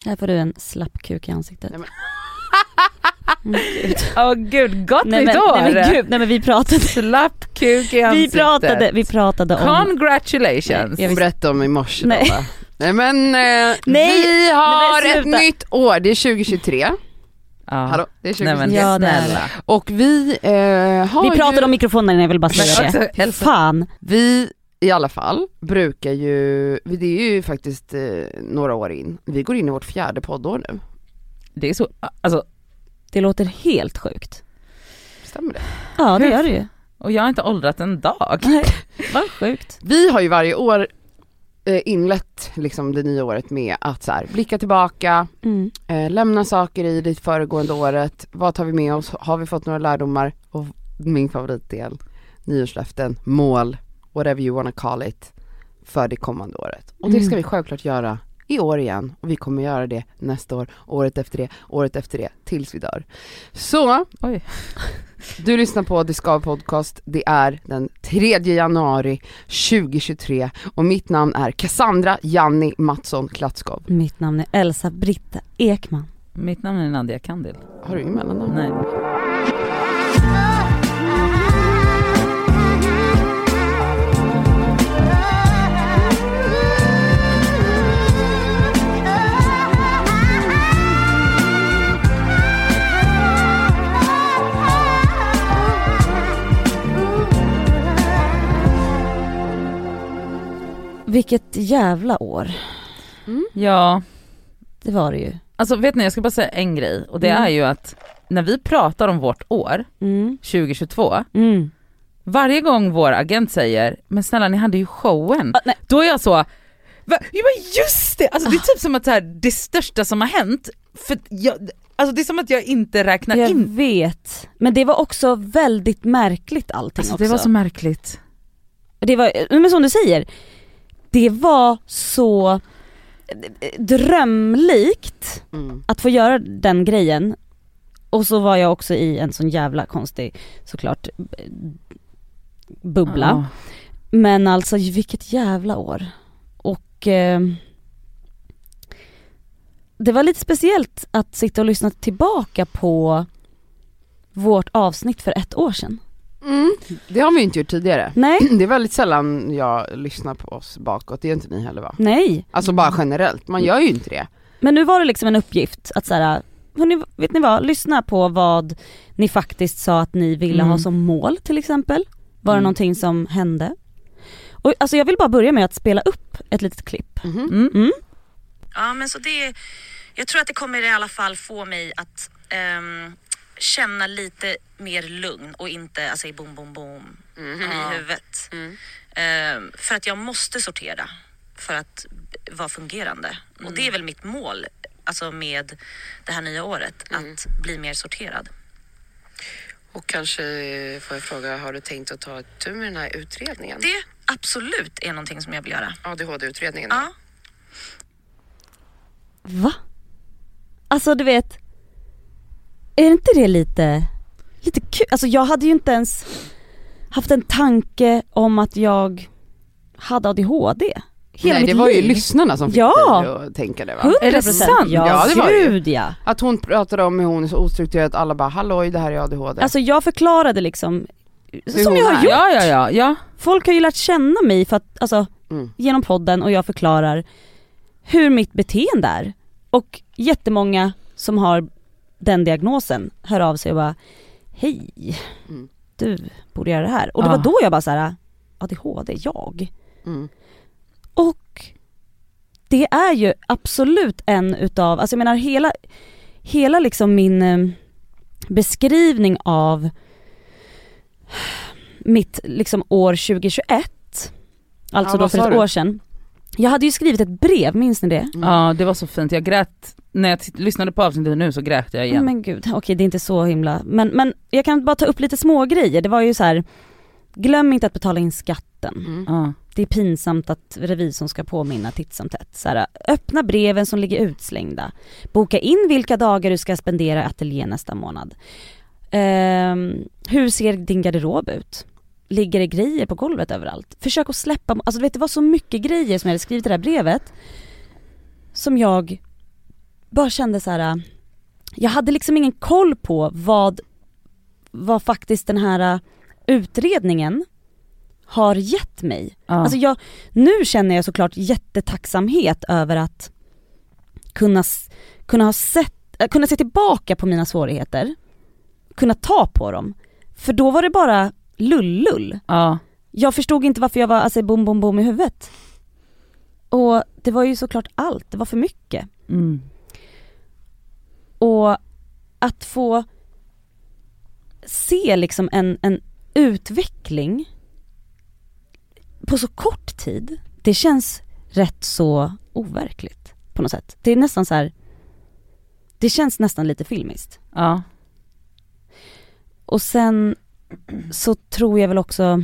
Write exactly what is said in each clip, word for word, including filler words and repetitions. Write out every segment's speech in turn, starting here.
Här får du en slappkuk i ansiktet. Nej, men... Åh oh, gud, gott nej, nytt men, år. Nej men gud, nej men vi pratade slappkuk i ansiktet. Vi pratade, vi pratade om Congratulations. Nej, jag berättade om i morse nej. Då, nej men eh, nej. vi har nej, ett nytt år, det är tjugohundratjugotre. Ja. Hallå, det är tjugohundratjugotre. Nej, men ja, det snälla. är det. Och vi eh, har Vi pratade ju... om mikrofonen, jag vill bara säga Men det. också, Fan. Vi i alla fall brukar ju, det är ju faktiskt eh, några år in. Vi går in i vårt fjärde poddår nu. Det är så, alltså. Det låter helt sjukt. Stämmer det? Ja, det gör det ju. Och jag har inte åldrat en dag. Nej, vad sjukt. Vi har ju varje år eh, inlett liksom det nya året med att så här, blicka tillbaka, Mm. eh, lämna saker i det föregående året. Vad tar vi med oss? Har vi fått några lärdomar? Och min favoritdel, nyårslöften, mål, whatever you wanna call it, för det kommande året. Och det ska Mm. vi självklart göra i år igen. Och vi kommer göra det nästa år, året efter det, året efter det, tills vi dör. Så, Oj. du lyssnar på The Skav Podcast. Det är den tredje januari tjugohundratjugotre och mitt namn är Cassandra Janni Mattsson Klatskov. Mitt namn är Elsa Britta Ekman. Mitt namn är Nadia Kandil. Har du ingen mellannamn? Nej. Vilket jävla år. Mm. Ja, Det var det ju. alltså vet ni, jag ska bara säga en grej. Och det Mm. är ju att när vi pratar om vårt år, Mm. tjugohundratjugotvå, Mm. varje gång vår agent säger, men snälla ni hade ju showen. Ah, nej. Då är jag så, va? Ja, men just det! Alltså det är typ som att så här, det största som har hänt, för jag, alltså det är som att jag inte räknar Jag in. vet. Men det var också väldigt märkligt allting Alltså också. det var så märkligt. Det var, men som du säger, det var så drömlikt Mm. att få göra den grejen. Och så var jag också i en sån jävla konstig, såklart, bubbla. Ja. Men alltså vilket jävla år. Och eh, det var lite speciellt att sitta och lyssna tillbaka på vårt avsnitt för ett år sedan. Mm. Det har vi inte gjort tidigare. Nej, Det är väldigt sällan jag lyssnar på oss bakåt. Det är inte ni heller, va? nej. Alltså bara generellt, man gör ju inte det. Men nu var det liksom en uppgift att så här, hörni, vet ni vad, lyssna på vad ni faktiskt sa att ni ville Mm. ha som mål till exempel. Var det Mm. någonting som hände? Och alltså jag vill bara börja med att spela upp ett litet klipp. Mhm. Mm. Mm. Ja, men så det, jag tror att det kommer i alla fall få mig att ehm, känna lite mer lugn och inte alltså, i boom, boom, boom i huvudet. Ehm, för att jag måste sortera för att vara fungerande. Och det är väl mitt mål alltså med det här nya året, att bli mer sorterad. Och kanske får jag fråga, har du tänkt att ta ett tur med den här utredningen? Det absolut är någonting som jag vill göra. A D H D-utredningen? Ja. Va? Alltså du vet, är inte det lite lite kul? Alltså jag hade ju inte ens haft en tanke om att jag hade A D H D. Hela Nej, mitt det var ju liv. lyssnarna som fick Ja. dig att tänka det, va? hundra Är det procent. sant? Ja, Ja, det var det ju. gud ja. Att hon pratade om hur hon är så ostrukturerad att alla bara, halloj, det här är A D H D. Alltså jag förklarade liksom Hur som hon jag har är. gjort. Ja, ja, ja, ja. Folk har ju lärt känna mig för att, alltså, Mm. genom podden, och jag förklarar hur mitt beteende är. Och jättemånga som har den diagnosen hör av sig och bara, hej, Mm. du borde göra det här. Och det Ja. var då jag bara så här, A D H D, jag. Mm. Och det är ju absolut en utav, alltså jag menar hela, hela liksom min eh, beskrivning av mitt liksom år tjugohundratjugoett, alltså Ja, då vad för sa ett du? år sedan. Jag hade ju skrivit ett brev, minns ni det? Ja, det var så fint. Jag grät, när jag t- lyssnade på avsnittet nu så grät jag igen. Men gud, okej det är inte så himla, men, men jag kan bara ta upp lite små grejer. Det var ju så här: glöm inte att betala in skatten. Mm. Ja. Det är pinsamt att revisorn ska påminna titt som tätt. Så här, öppna breven som ligger utslängda. Boka in vilka dagar du ska spendera i ateljé nästa månad. Ehm, hur ser din garderob ut? Ligger det grejer på golvet överallt? Försök att släppa, alltså du vet, det var så mycket grejer som jag hade skrivit i det här brevet som jag bara kände så här. Jag hade liksom ingen koll på vad, vad faktiskt den här utredningen har gett mig. Ja. Alltså jag, nu känner jag såklart jättetacksamhet över att kunna, kunna, ha sett, kunna se tillbaka på mina svårigheter. Kunna ta på dem. För då var det bara lullull. Ja. Jag förstod inte varför jag var alltså, bom bom bom i huvudet. Och det var ju såklart allt. Det var för mycket. Mm. Och att få se liksom en, en utveckling på så kort tid, det känns rätt så overkligt på något sätt. Det är nästan så här, det känns nästan lite filmiskt. Ja. Och sen så tror jag väl också,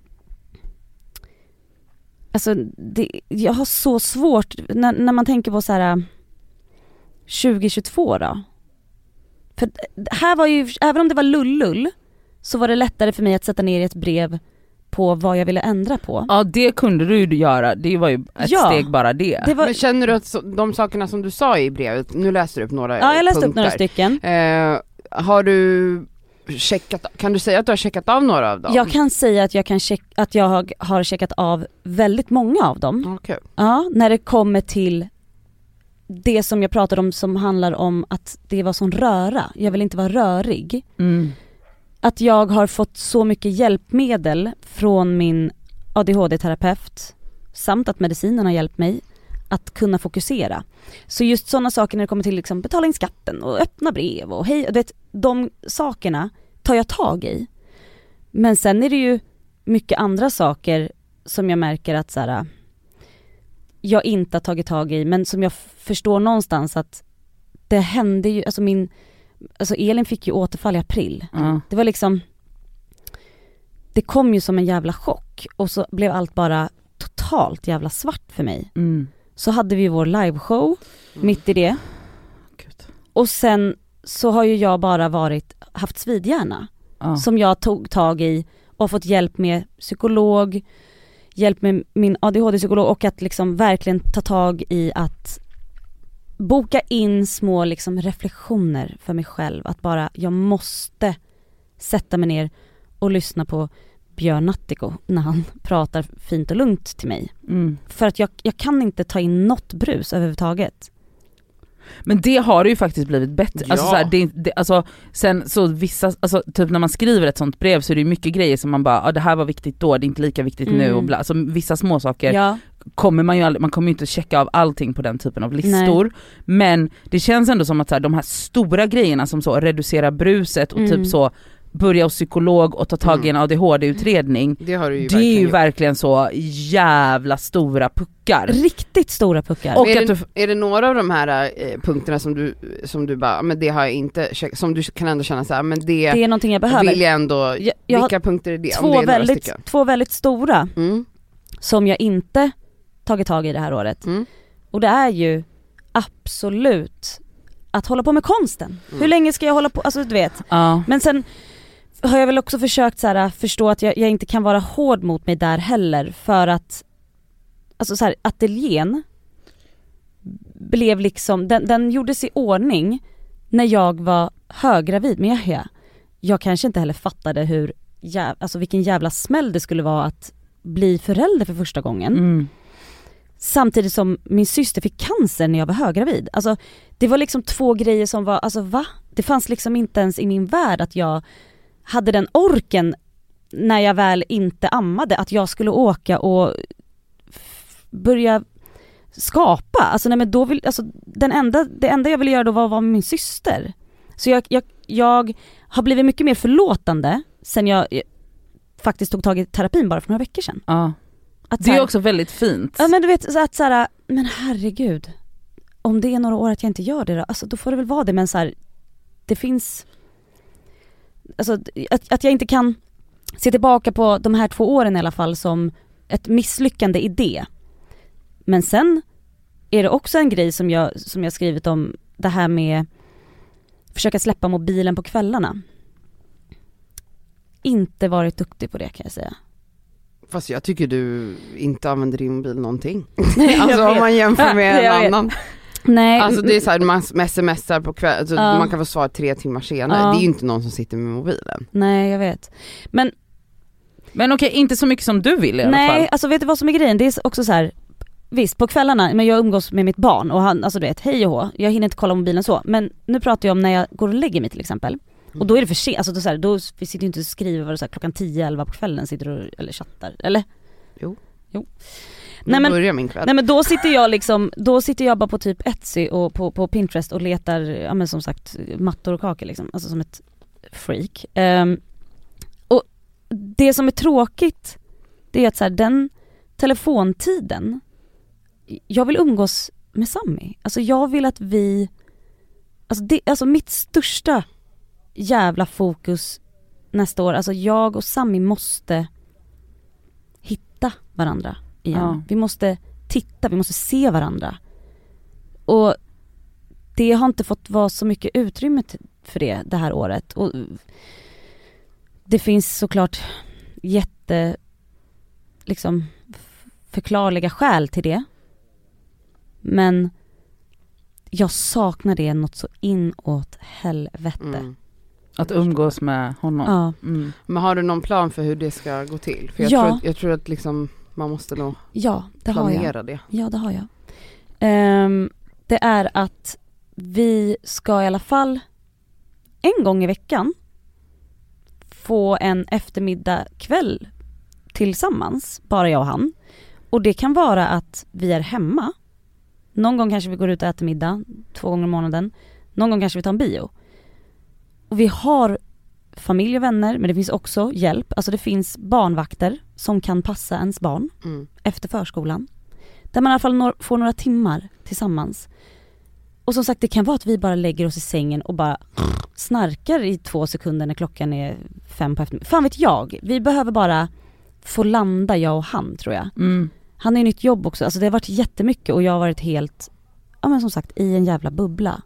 alltså det, jag har så svårt när, när man tänker på så här tjugo tjugotvå då. För här var ju, även om det var lullull, så var det lättare för mig att sätta ner i ett brev på vad jag ville ändra på. Ja, det kunde du ju göra. Det var ju ett Ja, steg bara det. det var, Men känner du att så, de sakerna som du sa i brevet, nu läste du upp några ja, jag läste punkter. upp några stycken. Eh, har du checkat, kan du säga att du har checkat av några av dem? Jag kan säga att jag, kan check, att jag har, har checkat av väldigt många av dem. Okay. Ja, när det kommer till det som jag pratade om som handlar om att det var sån röra. Jag vill inte vara rörig. Mm. Att jag har fått så mycket hjälpmedel från min A D H D-terapeut samt att medicinen har hjälpt mig att kunna fokusera. Så just sådana saker när det kommer till liksom betala in skatten och öppna brev och hej, vet, de sakerna tar jag tag i. Men sen är det ju mycket andra saker som jag märker att så här, jag inte har tagit tag i, men som jag f- förstår någonstans att det hände ju, alltså min alltså Elin fick ju återfall i april. Ja. Det var liksom, det kom ju som en jävla chock och så blev allt bara totalt jävla svart för mig. Mm. Så hade vi vår liveshow Mm. mitt i det. Gud. Och sen så har ju jag bara varit, haft svidhjärna Ja. som jag tog tag i och fått hjälp med psykolog, hjälp med min A D H D-psykolog och att liksom verkligen ta tag i att boka in små liksom reflektioner för mig själv. Att bara, jag måste sätta mig ner och lyssna på Björn Nattiko när han pratar fint och lugnt till mig. Mm. För att jag, jag kan inte ta in något brus överhuvudtaget. Men det har ju faktiskt blivit bättre. Ja. Alltså, så här, det, det, alltså, sen så vissa, alltså, typ när man skriver ett sånt brev så är det ju mycket grejer som man bara, ah, det här var viktigt då, det är inte lika viktigt Mm. nu. Och bla. Alltså, vissa små saker Ja, kommer man ju aldrig, man kommer ju inte checka av allting på den typen av listor. Nej. Men det känns ändå som att så här, de här stora grejerna som så reducera bruset och Mm. typ så börja hos psykolog och ta tag i en A D H D-utredning. Det har du ju Det är ju gjort. verkligen så jävla stora puckar. riktigt stora puckar. Och är, att det, är det några av de här eh, punkterna som du, som du bara, men det har jag inte checkat, som du kan ändå känna så här, men det, det är någonting jag behöver. vill jag ändå, Jag- jag har vilka punkter är det? Om två, det är några väldigt, stycken. två väldigt stora Mm. som jag inte tagit tag i det här året. Mm. Och det är ju absolut att hålla på med konsten. Mm. Hur länge ska jag hålla på? Alltså du vet. ja. Men sen har jag väl också försökt så här, förstå att jag, jag inte kan vara hård mot mig där heller. För att alltså så här, ateljén blev liksom, den, den gjordes i ordning när jag var höggravid med Yahya. Jag kanske inte heller fattade hur jäv, alltså vilken jävla smäll det skulle vara att bli förälder för första gången. Mm. Samtidigt som min syster fick cancer när jag var höggravid. Alltså det var liksom två grejer som var, alltså va? Det fanns liksom inte ens i min värld att jag hade den orken när jag väl inte ammade, att jag skulle åka och f- börja skapa. Alltså nej men då vill, alltså den enda, det enda jag ville göra då var att vara med min syster. Så jag, jag, jag har blivit mycket mer förlåtande sen jag, jag faktiskt tog tag i terapin bara för några veckor sedan. Ja. Att Det så är här- också väldigt fint. Ja men du vet så att så här, men herregud, om det är några år att jag inte gör det då, alltså då får det väl vara det, men så här, det finns, alltså att, att jag inte kan se tillbaka på de här två åren i alla fall som ett misslyckande i det. Men sen är det också en grej som jag, som jag skrivit om, det här med försöka släppa mobilen på kvällarna. Inte varit duktig på det kan jag säga. Fast jag tycker du inte använder din mobil någonting. Jag Alltså om vet. man jämför med Jag en vet. annan. Nej. Alltså det är såhär, man smsar på kväll, alltså Ja. man kan få svar tre timmar senare. Ja. Det är ju inte någon som sitter med mobilen. Nej, jag vet. Men Men okej, inte så mycket som du vill i alla nej, fall. alltså vet du vad som är grejen? Det är också så här. Visst, på kvällarna, men jag umgås med mitt barn och han, alltså du vet, hej och hå, jag hinner inte kolla mobilen så. Men nu pratar jag om när jag går och lägger mig till exempel. Och då är det för sent, alltså då, så här, då vi sitter ju inte och skriver vad det så här, klockan tio elva på kvällen sitter och, eller chattar, eller? Jo. Jo. Nu Nej men, börjar min kväll. nej men då sitter jag liksom, då sitter jag bara på typ Etsy och på, på Pinterest och letar, ja men som sagt, mattor och kakor liksom, alltså som ett freak. Um, och det som är tråkigt, det är att så här, den telefontiden, jag vill umgås med Sammy. Alltså jag vill att vi, alltså, det, alltså mitt största jävla fokus nästa år, alltså jag och Sammy måste hitta varandra igen. Ja. Vi måste titta, vi måste se varandra. Och det har inte fått vara så mycket utrymme för det det här året. Och det finns såklart jätte liksom förklarliga skäl till det. Men jag saknar det något så inåt helvete. Mm. Att umgås med honom. Ja. Mm. Men har du någon plan för hur det ska gå till? För jag, Ja. tror, att, jag tror att liksom man måste nog Ja, det har jag. planera det. Ja, det har jag. Ehm, det är att vi ska i alla fall en gång i veckan få en eftermiddag kväll tillsammans, bara jag och han. Och det kan vara att vi är hemma. Någon gång kanske vi går ut och äter middag två gånger i månaden. Någon gång kanske vi tar en bio. Och vi har familj och vänner, men det finns också hjälp. Alltså det finns barnvakter som kan passa ens barn Mm. efter förskolan. Där man i alla fall når, får några timmar tillsammans. Och som sagt, det kan vara att vi bara lägger oss i sängen och bara snarkar i två sekunder när klockan är fem på eftermiddagen. Fan vet jag. Vi behöver bara få landa, jag och han, tror jag. Mm. Han har ju nytt jobb också. Alltså det har varit jättemycket och jag har varit helt, ja men som sagt, i en jävla bubbla.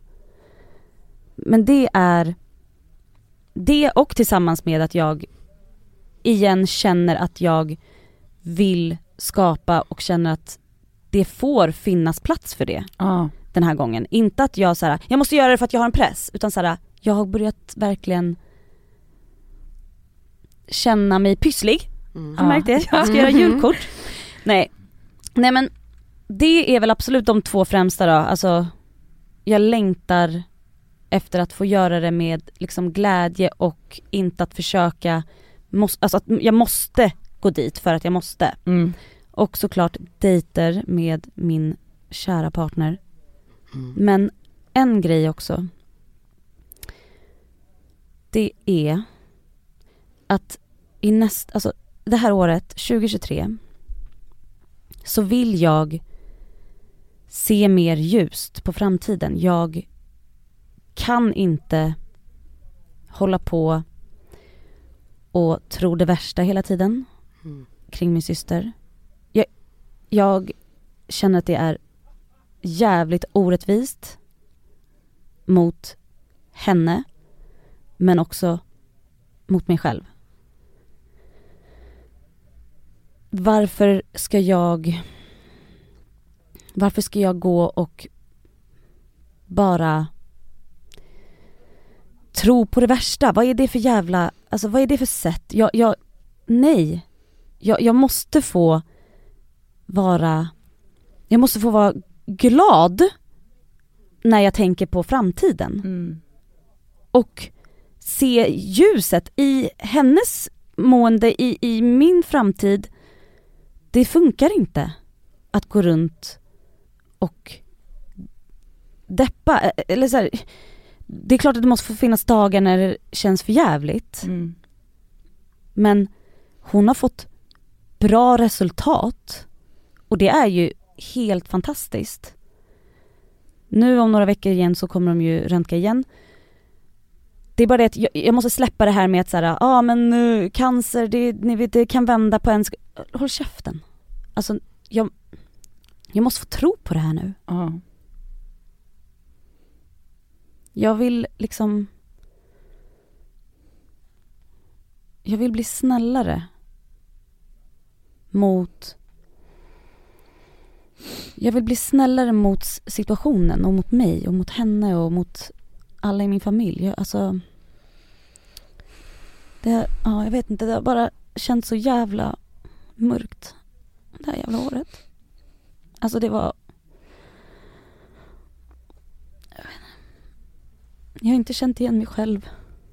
Men det är det, och tillsammans med att jag igen känner att jag vill skapa och känner att det får finnas plats för det Ja. den här gången. Inte att jag så här, jag måste göra det för att jag har en press, utan så här, jag har börjat verkligen känna mig pysslig. Mm. Har du märkt det? Jag ska göra julkort. Nej. Nej men det är väl absolut de två främsta då. Alltså jag längtar efter att få göra det med liksom glädje och inte att försöka måste, alltså att jag måste gå dit för att jag måste. Mm. Och såklart dejter med min kära partner. Mm. Men en grej också. Det är att i nästa, alltså det här året tjugohundratjugotre så vill jag se mer ljust på framtiden. Jag kan inte hålla på och tro det värsta hela tiden Mm. kring min syster. Jag, jag känner att det är jävligt orättvist mot henne, men också mot mig själv. Varför ska jag varför ska jag gå och bara tro på det värsta? Vad är det för jävla, alltså vad är det för sätt? Jag, jag nej. Jag, jag måste få vara jag måste få vara glad när jag tänker på framtiden. Mm. Och se ljuset i hennes mående, i, i min framtid. Det funkar inte att gå runt och deppa. Eller så här, det är klart att det måste få finnas dagar när det känns för jävligt. Mm. Men hon har fått bra resultat. Och det är ju helt fantastiskt. Nu om några veckor igen så kommer de ju röntga igen. Det är bara det att jag, jag måste släppa det här med att så här, ja ah, men uh, cancer, det, ni vet, det kan vända på en sk- håll käften. Alltså jag, jag måste få tro på det här nu. Ja. Jag vill liksom jag vill bli snällare mot jag vill bli snällare mot situationen och mot mig och mot henne och mot alla i min familj. Jag, alltså, det, ja, jag vet inte, det har bara känts så jävla mörkt det här jävla året. Alltså det var, jag vet inte. Jag har inte känt igen mig själv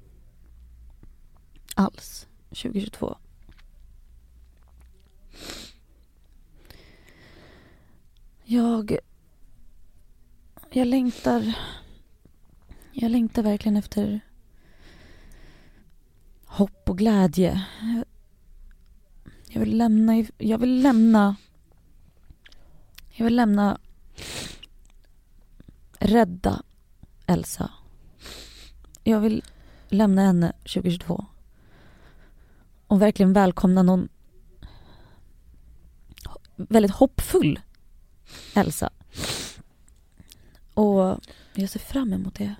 alls tjugohundratjugotvå. Jag jag längtar jag längtar verkligen efter hopp och glädje. Jag, jag vill lämna jag vill lämna jag vill lämna rädda Elsa. Jag vill lämna henne tjugohundratjugotvå och verkligen välkomna någon väldigt hoppfull Elsa. Och jag ser fram emot det.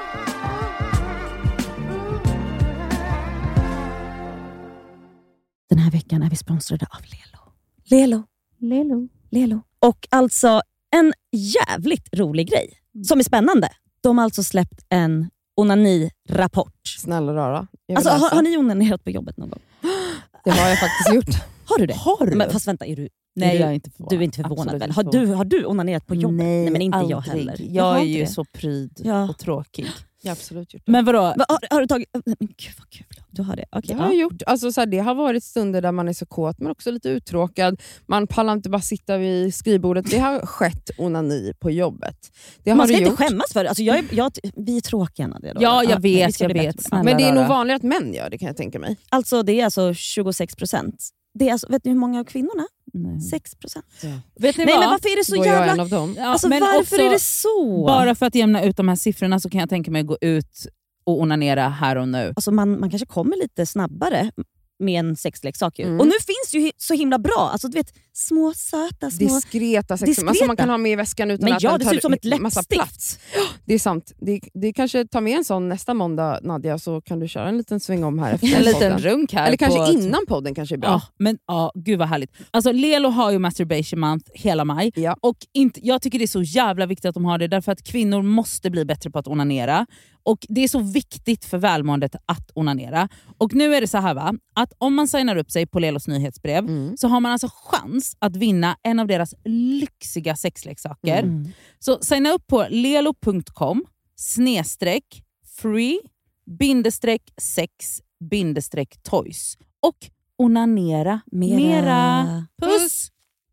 Den här veckan är vi sponsrade av Lelo. Lelo. Lelo. Lelo. Och alltså en jävligt rolig grej som är spännande. De har alltså släppt en onani-rapport. Snälla rara. Alltså har, har ni onanerat på jobbet någon gång? Det har jag faktiskt gjort. Har du det? Har du? Men fast vänta, är du... Nej, är du, jag är inte förvånad. Du är inte förvånad Absolut väl? inte Har du, har du onanerat på jobbet? Nej, Nej men inte aldrig. jag heller. Jag har är inte ju det. så pryd Ja. och tråkig. Jag har absolut gjort det. Men vadå? Va, har, har du tagit... Men gud vad kul. Du har det. Okay, Det har ja. jag gjort. Alltså, så här, det har varit stunder där man är så kåt men också lite uttråkad. Man pallar inte bara sitta vid skrivbordet. Det har skett onani på jobbet. Det har Man ska det inte gjort. skämmas för det. Alltså, jag är, jag, vi är tråkiga Nadia, då. Ja, jag men vi vet, ska jag bli vet. bättre. Snälla. Men det är nog rara. vanligare att män gör det, kan jag tänka mig. Alltså det är alltså tjugosex procent. Det är alltså, vet ni hur många av kvinnorna? Nej. sex procent. Vet ni Nej vad? men varför är det så Då är jag en jävla... av dem. Ja, Alltså men varför också, är det så? Bara för att jämna ut de här siffrorna så kan jag tänka mig att gå ut och onanera här och nu. Alltså man, man kanske kommer lite snabbare med en sexleksak ju. Mm. Och nu finns det ju så himla bra. Alltså du vet, små söta, små... Diskreta sex Diskreta. alltså, man kan ha med i väskan utan Men att ja, den det tar ser ut som ett massa läppstift. plats. Det är sant. Det, det kanske tar med en sån nästa måndag, Nadia, så kan du köra en liten sväng om här efter En liten podden. runk här. Eller kanske på innan podden kanske är bra. Ja, men ja, gud vad härligt. Alltså Lelo har ju masturbation month hela maj. Ja. Och inte, jag tycker det är så jävla viktigt att de har det därför att kvinnor måste bli bättre på att onanera. Och det är så viktigt för välmåendet att onanera. Och nu är det så här va, att om man signar upp sig på Lelos nyhetsbrev Mm. så har man alltså chans att vinna en av deras lyxiga sexleksaker. Mm. Så signa upp på lelo punkt com snedstreck free bindestreck sex bindestreck toys och onanera Mera. mera. Puss!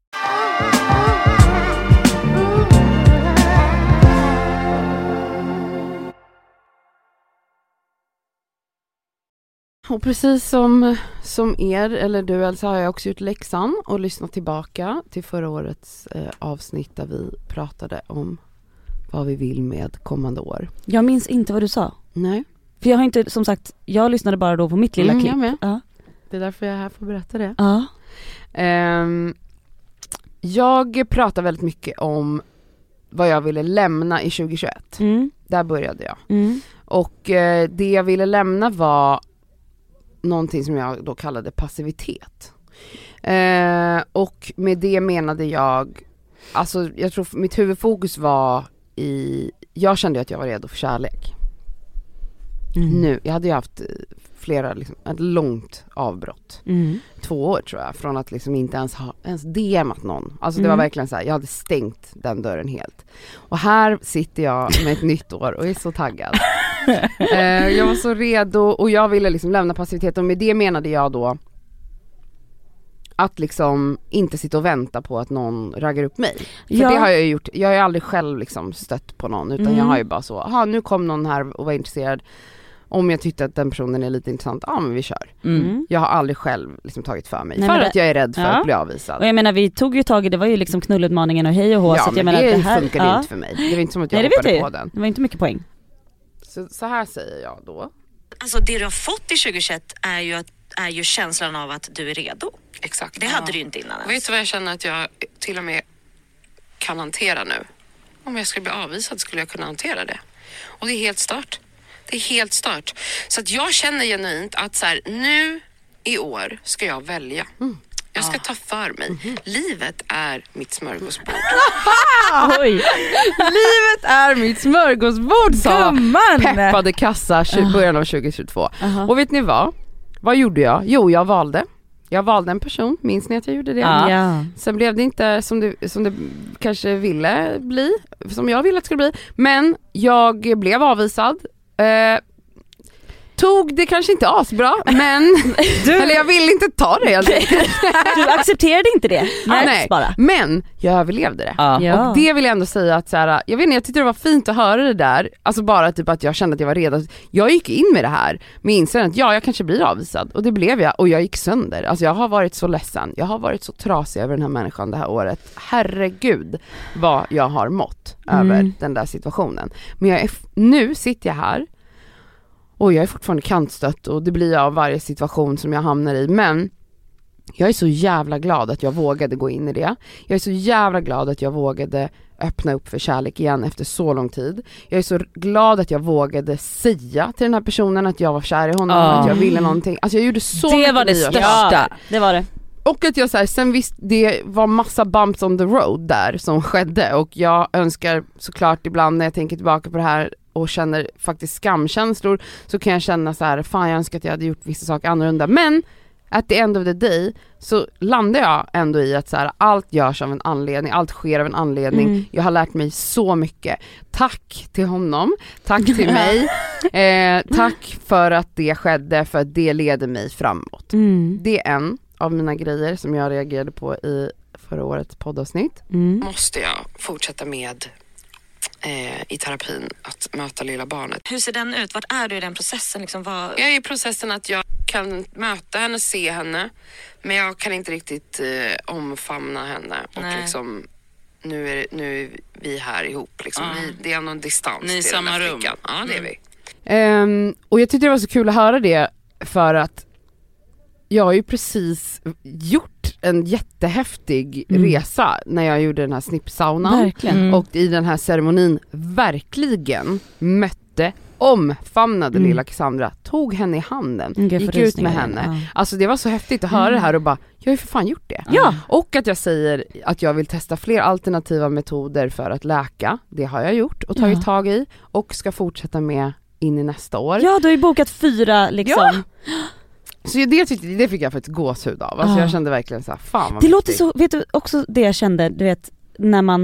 Och precis som, som er, eller du Elsa, har jag också gjort läxan och lyssnat tillbaka till förra årets eh, avsnitt där vi pratade om vad vi vill med kommande år. Jag minns inte vad du sa. Nej, För jag har inte, som sagt, jag lyssnade bara då på mitt lilla Mm, klipp. jag med. Ja. det är därför jag är här för att berätta det. Ja. Ehm, jag pratar väldigt mycket om vad jag ville lämna i tjugohundratjugoett. Mm. Där började jag. Mm. Och eh, det jag ville lämna var någonting som jag då kallade passivitet. Eh, och med det menade jag, alltså jag tror mitt huvudfokus var i, jag kände att jag var redo för kärlek. Mm. Nu, jag hade ju haft flera, liksom, ett långt avbrott. Mm. Två år tror jag, från att liksom inte ens ha ens D M:at någon. Alltså det Mm. var verkligen så här, jag hade stängt den dörren helt. Och här sitter jag med ett nytt år och är så taggad. eh, jag var så redo och jag ville liksom lämna passiviteten. Och med det menade jag då att liksom inte sitta och vänta på att någon raggar upp mig. För Ja. det har jag ju gjort. Jag har ju aldrig själv liksom stött på någon, utan Mm. jag har ju bara så, aha, nu kom någon här och var intresserad. Om jag tyckte att den personen är lite intressant, ja men vi kör. Mm. Mm. Jag har aldrig själv liksom tagit för mig. Nej, för men att det- jag är rädd för Ja. att bli avvisad. Och jag menar, vi tog ju tag i, det var ju liksom knullutmaningen och hej och hå. Ja, så att men jag menar, det, det här, funkade ja. inte för mig. Det var inte som att jag Nej, det vet hoppade jag på ju. den. Det var inte mycket poäng. Så, så här säger jag då. Alltså det du har fått i tjugohundratjugoett är ju, att, är ju känslan av att du är redo. Exakt. Det hade du ju inte innan ens. Vet du vad jag känner att jag till och med kan hantera nu? Om jag skulle bli avvisad skulle jag kunna hantera det. Och det är helt stört. Det är helt stört. Så att jag känner genuint att så här, nu i år ska jag välja. Jag ska ta för mig. Mm-hmm. Livet är mitt smörgåsbord. Oj. Livet är mitt smörgåsbord, sa Gumman. peppade kassa i början av tjugohundratjugotvå. Uh-huh. Och vet ni vad? Vad gjorde jag? Jo, jag valde. Jag valde en person, minns ni att jag gjorde det? Ja. Ja. Sen blev det inte som det, som det kanske ville bli, som jag ville att det skulle bli. Men jag blev avvisad. Eh, tog det kanske inte asbra, men Du, eller jag ville inte ta det helt enkelt. du accepterade inte det? Nej, Nej. Bara. Men jag överlevde det. Ja. Ja. Och det vill jag ändå säga att så här, jag vet inte, jag tyckte det var fint att höra det där. Alltså bara typ att jag kände att jag var redo. Jag gick in med det här med inställningen att ja, jag kanske blir avvisad. Och det blev jag, och jag gick sönder. Alltså jag har varit så ledsen. Jag har varit så trasig över den här människan det här året. Herregud vad jag har mått Mm. över den där situationen. Men jag är, nu sitter jag här och jag är fortfarande kantstött, och det blir jag av varje situation som jag hamnar i. Men jag är så jävla glad att jag vågade gå in i det. Jag är så jävla glad att jag vågade öppna upp för kärlek igen efter så lång tid. Jag är så glad att jag vågade säga till den här personen att jag var kär i honom, Oh. att jag ville någonting. Alltså jag gjorde så Det mycket var det nyår. största. Det var det. Och att jag så här, sen visst, det var massa bumps on the road där som skedde, och jag önskar såklart ibland när jag tänker tillbaka på det här och känner faktiskt skamkänslor, så kan jag känna så här: fan, jag önskar att jag hade gjort vissa saker annorlunda. Men at the end of the day så landar jag ändå i att så här, allt görs av en anledning, allt sker av en anledning. Mm. Jag har lärt mig så mycket. Tack till honom, tack till mig, eh, tack för att det skedde, för att det leder mig framåt. Mm. Det är en av mina grejer som jag reagerade på i förra årets poddavsnitt. Mm. Måste jag fortsätta med eh, i terapin att möta lilla barnet. Hur ser den ut? Vart är du i den processen? Liksom, vad... Jag är i processen att jag kan möta henne, se henne, men jag kan inte riktigt eh, omfamna henne. Och Nej. liksom, nu är, nu är vi här ihop. Liksom. Ja. Vi, det är någon distans Ni i till den samma här rum. flickan. Ja, det är Mm. vi. Ehm, och jag tyckte det var så kul att höra det, för att jag har ju precis gjort en jättehäftig Mm. resa när jag gjorde den här snippsaunan. Verkligen. Mm. Och i den här ceremonin verkligen mötte, omfamnade Mm. lilla Cassandra, tog henne i handen, Mm, gud, gick för ut rysningar. med henne. Ja. Alltså det var så häftigt att höra Mm. det här och bara, jag har ju för fan gjort det. Ja. Och att jag säger att jag vill testa fler alternativa metoder för att läka. Det har jag gjort och tagit Ja. tag i, och ska fortsätta med in i nästa år. Ja, du har ju bokat fyra liksom. Så det, tyckte, det fick jag faktiskt gåshud av. Alltså Ja. jag kände verkligen så här, fan vad Det låter mäktigt. så, vet du också det jag kände, du vet, när man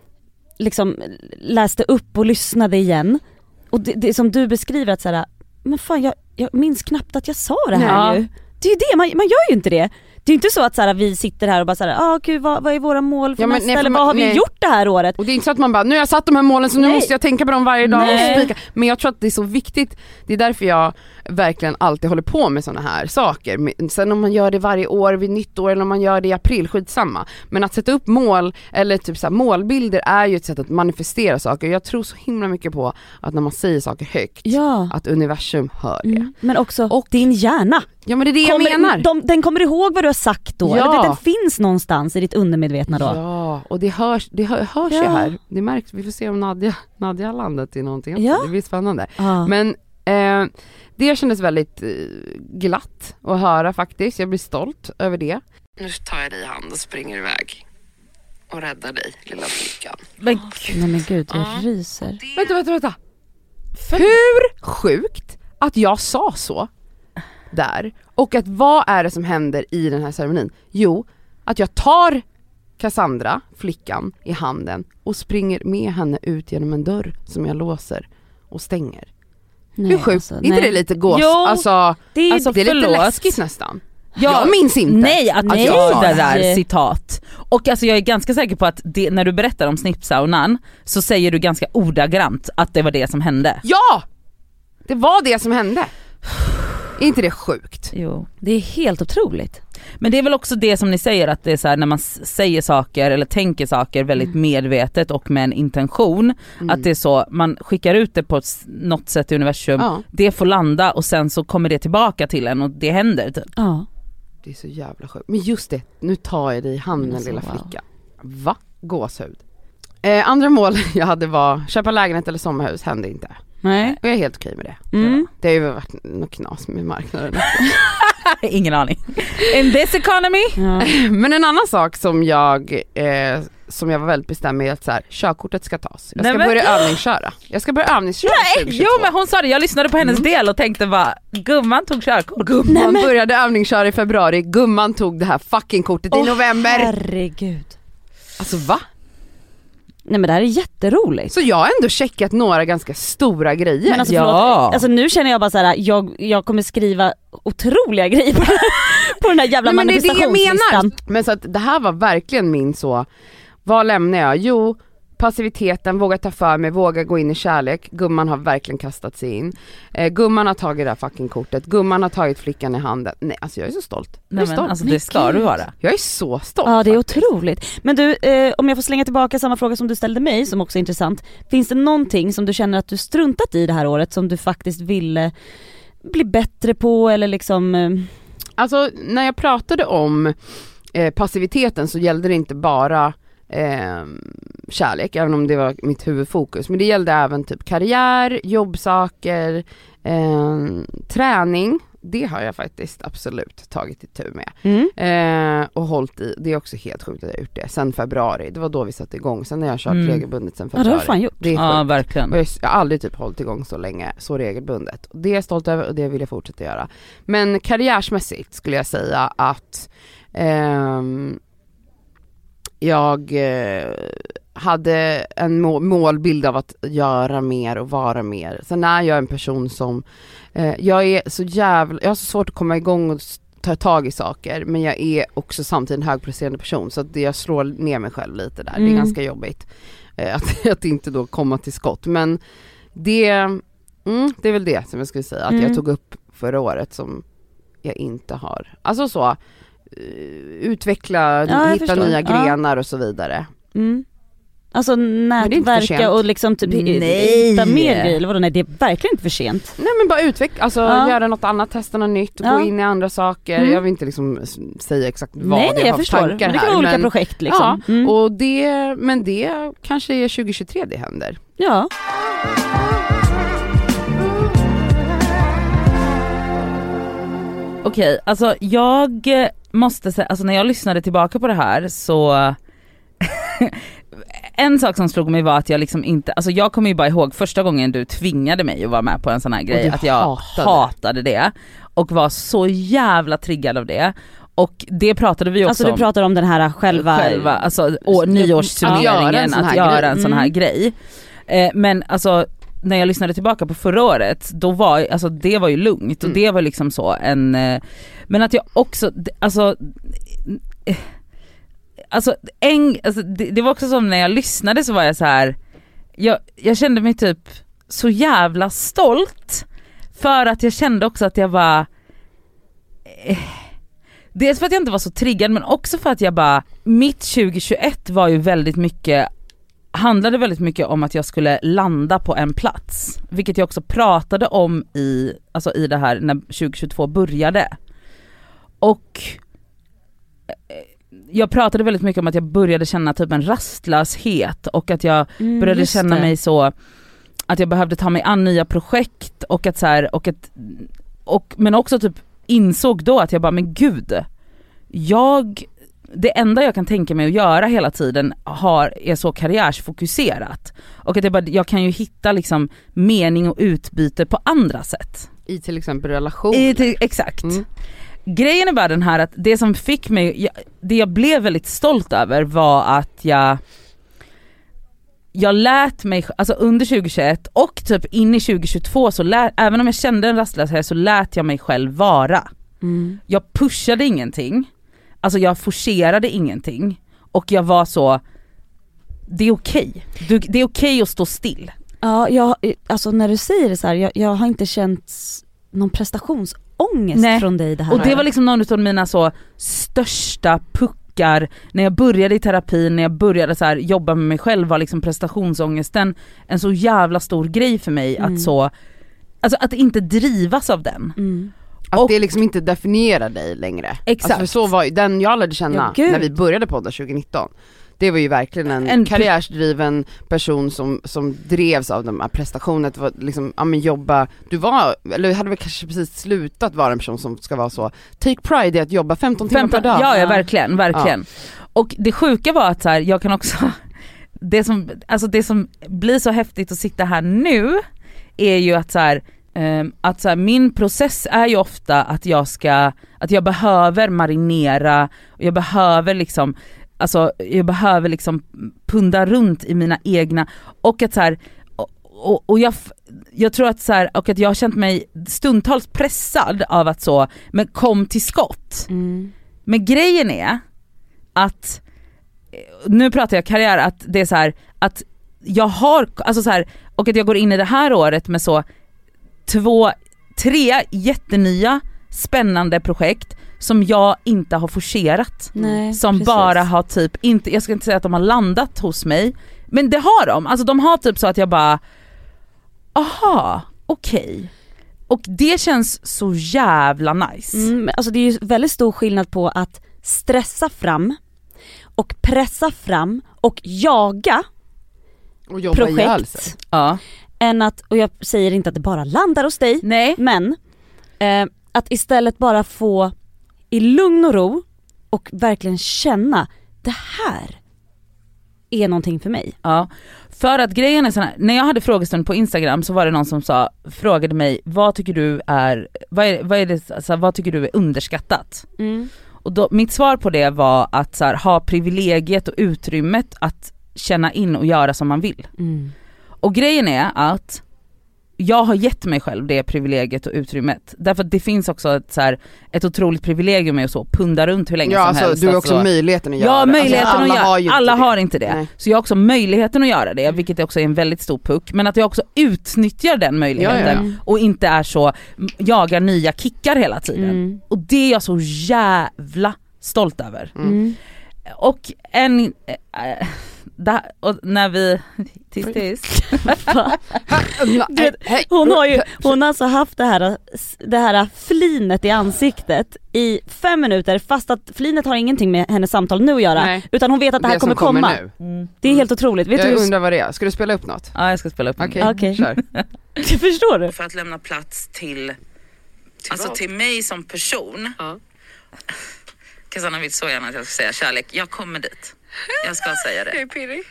liksom läste upp och lyssnade igen. Och det, det som du beskriver att så här, men fan jag, jag minns knappt att jag sa det här Nej. ju. Det är ju det, man, man gör ju inte det. Det är ju inte så att så här, vi sitter här och bara såhär, ah gud vad, vad är våra mål för Ja, men nästa, nej, för eller man- vad har vi nej. gjort det här året? Och det är inte så att man bara, nu har jag satt de här målen så nu Nej. måste jag tänka på dem varje dag och Nej. spika. Men jag tror att det är så viktigt, det är därför jag verkligen alltid håller på med såna här saker. Men sen om man gör det varje år vid nytt år eller om man gör det i april, skitsamma. Men att sätta upp mål eller typ så här, målbilder är ju ett sätt att manifestera saker. Jag tror så himla mycket på att när man säger saker högt, Ja. att universum hör det. Mm. Men också Och- din hjärna. Ja men det är det jag Kommer, menar. de, den kommer ihåg vad du har sagt då, Ja. eller den finns någonstans i ditt undermedvetna då. Ja, och det hörs, det hör, hörs ju Ja. här. Det märks, vi får se om Nadja, Nadja har landat i någonting också. Ja. Det blir spännande. Ja. Men eh, det kändes väldigt eh, glatt att höra faktiskt. Jag blir stolt över det. Nu tar jag dig i hand och springer iväg och räddar dig, lilla flickan. Men Nej men gud, jag Ja. ryser. Vänta, vänta, vänta. Hur sjukt att jag sa så där. Och att vad är det som händer i den här ceremonin? Jo, att jag tar Cassandra, flickan, i handen och springer med henne ut genom en dörr som jag låser och stänger. Nej, Hur sjukt? alltså, inte nej. det lite gås? Jo, Alltså, det är, alltså, det är lite förlåt. läskigt nästan. Ja, Jag minns inte. Nej, att att nej, jag sa det det. där citat. Och alltså jag är ganska säker på att det, när du berättar om snippsaunan så säger du ganska ordagrant att det var det som hände. Ja! Det var det som hände. Är inte det sjukt? Jo. Det är helt otroligt. Men det är väl också det som ni säger, att det är så här, när man s- säger saker eller tänker saker väldigt Mm. medvetet och med en intention, Mm. att det är så, man skickar ut det på ett, s- något sätt i universum, Ja, det får landa och sen så kommer det tillbaka till en och det händer typ. Ja. det är så jävla sjukt. Men just det, nu tar jag dig i handen Alltså, lilla wow. flicka. Va? Gåshud. Eh, andra mål jag hade var köpa lägenhet eller sommarhus, hände inte. Nej. Och jag är helt okej med det. Mm. Det har ju varit något knas med marknaden. Ingen aning. In this economy. Ja. Men en annan sak som jag eh, som jag var väldigt bestämd är att så här, körkortet ska tas. Jag ska Nej, men... börja övningsköra. Jag ska börja övningsköra. Nej, jo men hon sa det, jag lyssnade på hennes mm. del och tänkte bara, gumman tog körkort. Gumman Nej, men... började övningsköra i februari, gumman tog det här fucking kortet oh, i november. Herregud. Alltså va? Nej men det här är jätteroligt. Så jag har ändå checkat några ganska stora grejer. Men alltså, ja. förlåt, alltså nu känner jag bara så här, jag, jag kommer skriva otroliga grejer på, på den här jävla Nej, men manifestationslistan. Det är det jag menar. Men så att det här var verkligen min så, vad lämnar jag? Jo, passiviteten, våga ta för mig, våga gå in i kärlek. Gumman har verkligen kastat sig in. Eh, gumman har tagit det här fucking kortet. Gumman har tagit flickan i handen. Nej, alltså jag är så stolt. Jag Nej, är men, stolt. alltså, det ska du vara. Jag är så stolt. Ja, det är faktiskt. otroligt. Men du, eh, om jag får slänga tillbaka samma fråga som du ställde mig, som också är intressant. Finns det någonting som du känner att du struntat i det här året som du faktiskt ville bli bättre på eller liksom... Eh... Alltså, när jag pratade om eh, passiviteten så gällde det inte bara Eh, kärlek, även om det var mitt huvudfokus, men det gällde även typ karriär, jobbsaker, eh, träning. Det har jag faktiskt absolut tagit itu med Mm. eh, och hållit i. Det är också helt sjukt att jag har gjort det sen februari. Det var då vi satte igång. Sen har jag kört Mm. regelbundet sen Ja, det februari. har fan gjort. Det är Ja, sjukt. verkligen. Och jag, jag har aldrig typ hållit igång så länge, så regelbundet. Och det är jag stolt över och det vill jag fortsätta göra. Men karriärsmässigt skulle jag säga att ehm, jag eh, hade en må- målbild av att göra mer och vara mer. Sen är jag en person som eh, jag är så jävla, jag har så svårt att komma igång och ta tag i saker, men jag är också samtidigt en högpresterande person, så att jag slår ner mig själv lite där. Mm. Det är ganska jobbigt eh, att, att inte då komma till skott, men det, mm, det är väl det som jag skulle säga att Mm. jag tog upp förra året som jag inte har. Alltså så utveckla, Ja, jag hitta förstår. nya Ja. grenar och så vidare. Mm. Alltså det är inte för nätverka sent. och liksom typ Nej. hitta mer grejer, eller vadå? Nej, det är verkligen inte för sent. Nej, men bara utveckla, alltså Ja. göra något annat, testa något nytt, Ja. gå in i andra saker. Mm. Jag vill inte liksom s- säga exakt vad Nej, jag nej, har jag för förstår. tankar Men det kan här. vara olika men, projekt liksom. Ja, Mm. och det, men det kanske är tjugo tjugotre det händer. Ja. Okej, alltså jag måste säga, alltså när jag lyssnade tillbaka på det här så en sak som slog mig var att jag liksom inte, alltså jag kommer ju bara ihåg första gången du tvingade mig att vara med på en sån här grej, du att jag hatade. hatade det och var så jävla triggad av det. Och det pratade vi också Alltså du om. pratar om den här själva... själva alltså å, nyårssummeringen, Att göra en sån att här göra grej. en sån här Mm. grej. Eh, men alltså när jag lyssnade tillbaka på förra året, då var alltså det var ju lugnt och Mm. det var liksom så en eh, men att jag också d- alltså eh, alltså, en, alltså det, det var också som när jag lyssnade så var jag så här jag, jag kände mig typ så jävla stolt för att jag kände också att jag var eh, dels för att jag inte var så triggad, men också för att jag bara, mitt tjugo tjugoett var ju väldigt mycket, handlade väldigt mycket om att jag skulle landa på en plats, vilket jag också pratade om i, alltså i det här när tjugo tjugotvå började. Och jag pratade väldigt mycket om att jag började känna typ en rastlöshet och att jag Mm, började just känna det. mig så att jag behövde ta mig an nya projekt och att så här, och att och men också typ insåg då att jag bara, men gud, jag det enda jag kan tänka mig att göra hela tiden har, är så karriärsfokuserat, och att jag, bara, jag kan ju hitta liksom mening och utbyte på andra sätt. I till exempel relation. I, till, exakt. Mm. Grejen är bara den här att det som fick mig, jag, det jag blev väldigt stolt över var att jag jag lät mig, alltså under tjugo tjugoett och typ in i tjugo tjugotvå så lät, även om jag kände en rastlöshet så lät jag mig själv vara. Mm. Jag pushade ingenting, alltså jag forcerade ingenting, och jag var så, det är okej, du, det är okej att stå still. Ja, jag, alltså när du säger det så här, jag, jag har inte känt någon prestationsångest Nej. från dig det här. Och det var liksom någon av mina så största puckar när jag började i terapin, när jag började så här jobba med mig själv, var liksom prestationsångesten en så jävla stor grej för mig. Mm. Att så, alltså att inte drivas av den. Mm. Att Och- det liksom inte definierar dig längre. Exakt. Alltså för så var ju den jag lärde känna Ja, gud. när vi började podda tjugo nitton. Det var ju verkligen en, En- karriärsdriven person som, som drevs av de här prestationerna. Det var liksom, ja men jobba, du var, eller hade väl kanske precis slutat vara en person som ska vara så, take pride i att jobba femton timmar per dag. Ja, ja verkligen, verkligen. Och det sjuka var att så här, jag kan också, det som, alltså det som blir så häftigt att sitta här nu är ju att så här, um, att så här, min process är ju ofta att jag ska, att jag behöver marinera, och jag behöver liksom, alltså jag behöver liksom punda runt i mina egna, och att så här, och, och, och jag, jag tror att så här, och att jag har känt mig stundtals pressad av att så, men kom till skott. Mm. Men grejen är att, nu pratar jag karriär, att det är så här, att jag har, alltså så här, och att jag går in i det här året med så två, tre jättenya spännande projekt som jag inte har forcerat. Nej, som precis. bara har typ, inte, jag ska inte säga att de har landat hos mig, men det har de, alltså de har typ så att jag bara, aha, okej. Okay. Och det känns så jävla nice. Mm, alltså det är ju väldigt stor skillnad på att stressa fram och pressa fram och jaga Och jobba ihjäl sig. projekt Ja. än att, och jag säger inte att det bara landar hos dig, Nej. men eh, att istället bara få i lugn och ro och verkligen känna, det här är någonting för mig. Ja, för att grejen är sån här, när jag hade frågestund på Instagram så var det någon som sa, frågade mig, vad tycker du är, vad är, vad är det, alltså, vad tycker du är underskattat? Mm. Och då, mitt svar på det var att så här, ha privilegiet och utrymmet att känna in och göra som man vill. Mm. Och grejen är att jag har gett mig själv det privilegiet och utrymmet. Därför att det finns också ett, så här, ett otroligt privilegium med att så punda runt hur länge Ja, som alltså, helst. du har också alltså. möjligheten att göra Ja, det. möjligheten Alltså, alla att göra. har ju inte Alla det. har inte det. Nej. Så jag har också möjligheten att göra det, vilket också är en väldigt stor puck. Men att jag också utnyttjar den möjligheten Ja, ja, ja. och inte är så, jagar nya kickar hela tiden. Mm. Och det är jag så jävla stolt över. Mm. Och en... Äh, där, och när vi... Tills tills. Du vet, hon har ju hon har alltså haft det här, det här flinet i ansiktet i fem minuter, fast att flinet har ingenting med hennes samtal nu att göra. Nej. Utan hon vet att det här Det kommer som kommer komma. nu. Mm. Det är helt otroligt. Vet Jag du hur... undrar vad det är. Ska du spela upp något? Ja, jag ska spela upp den. Okej, Okej. kör. Förstår du? För att lämna plats till, Till alltså vad? till mig som person. Ja. Cassandra vill så gärna att jag ska säga kärlek. Jag kommer dit. Jag ska säga det. Jag är pirrig.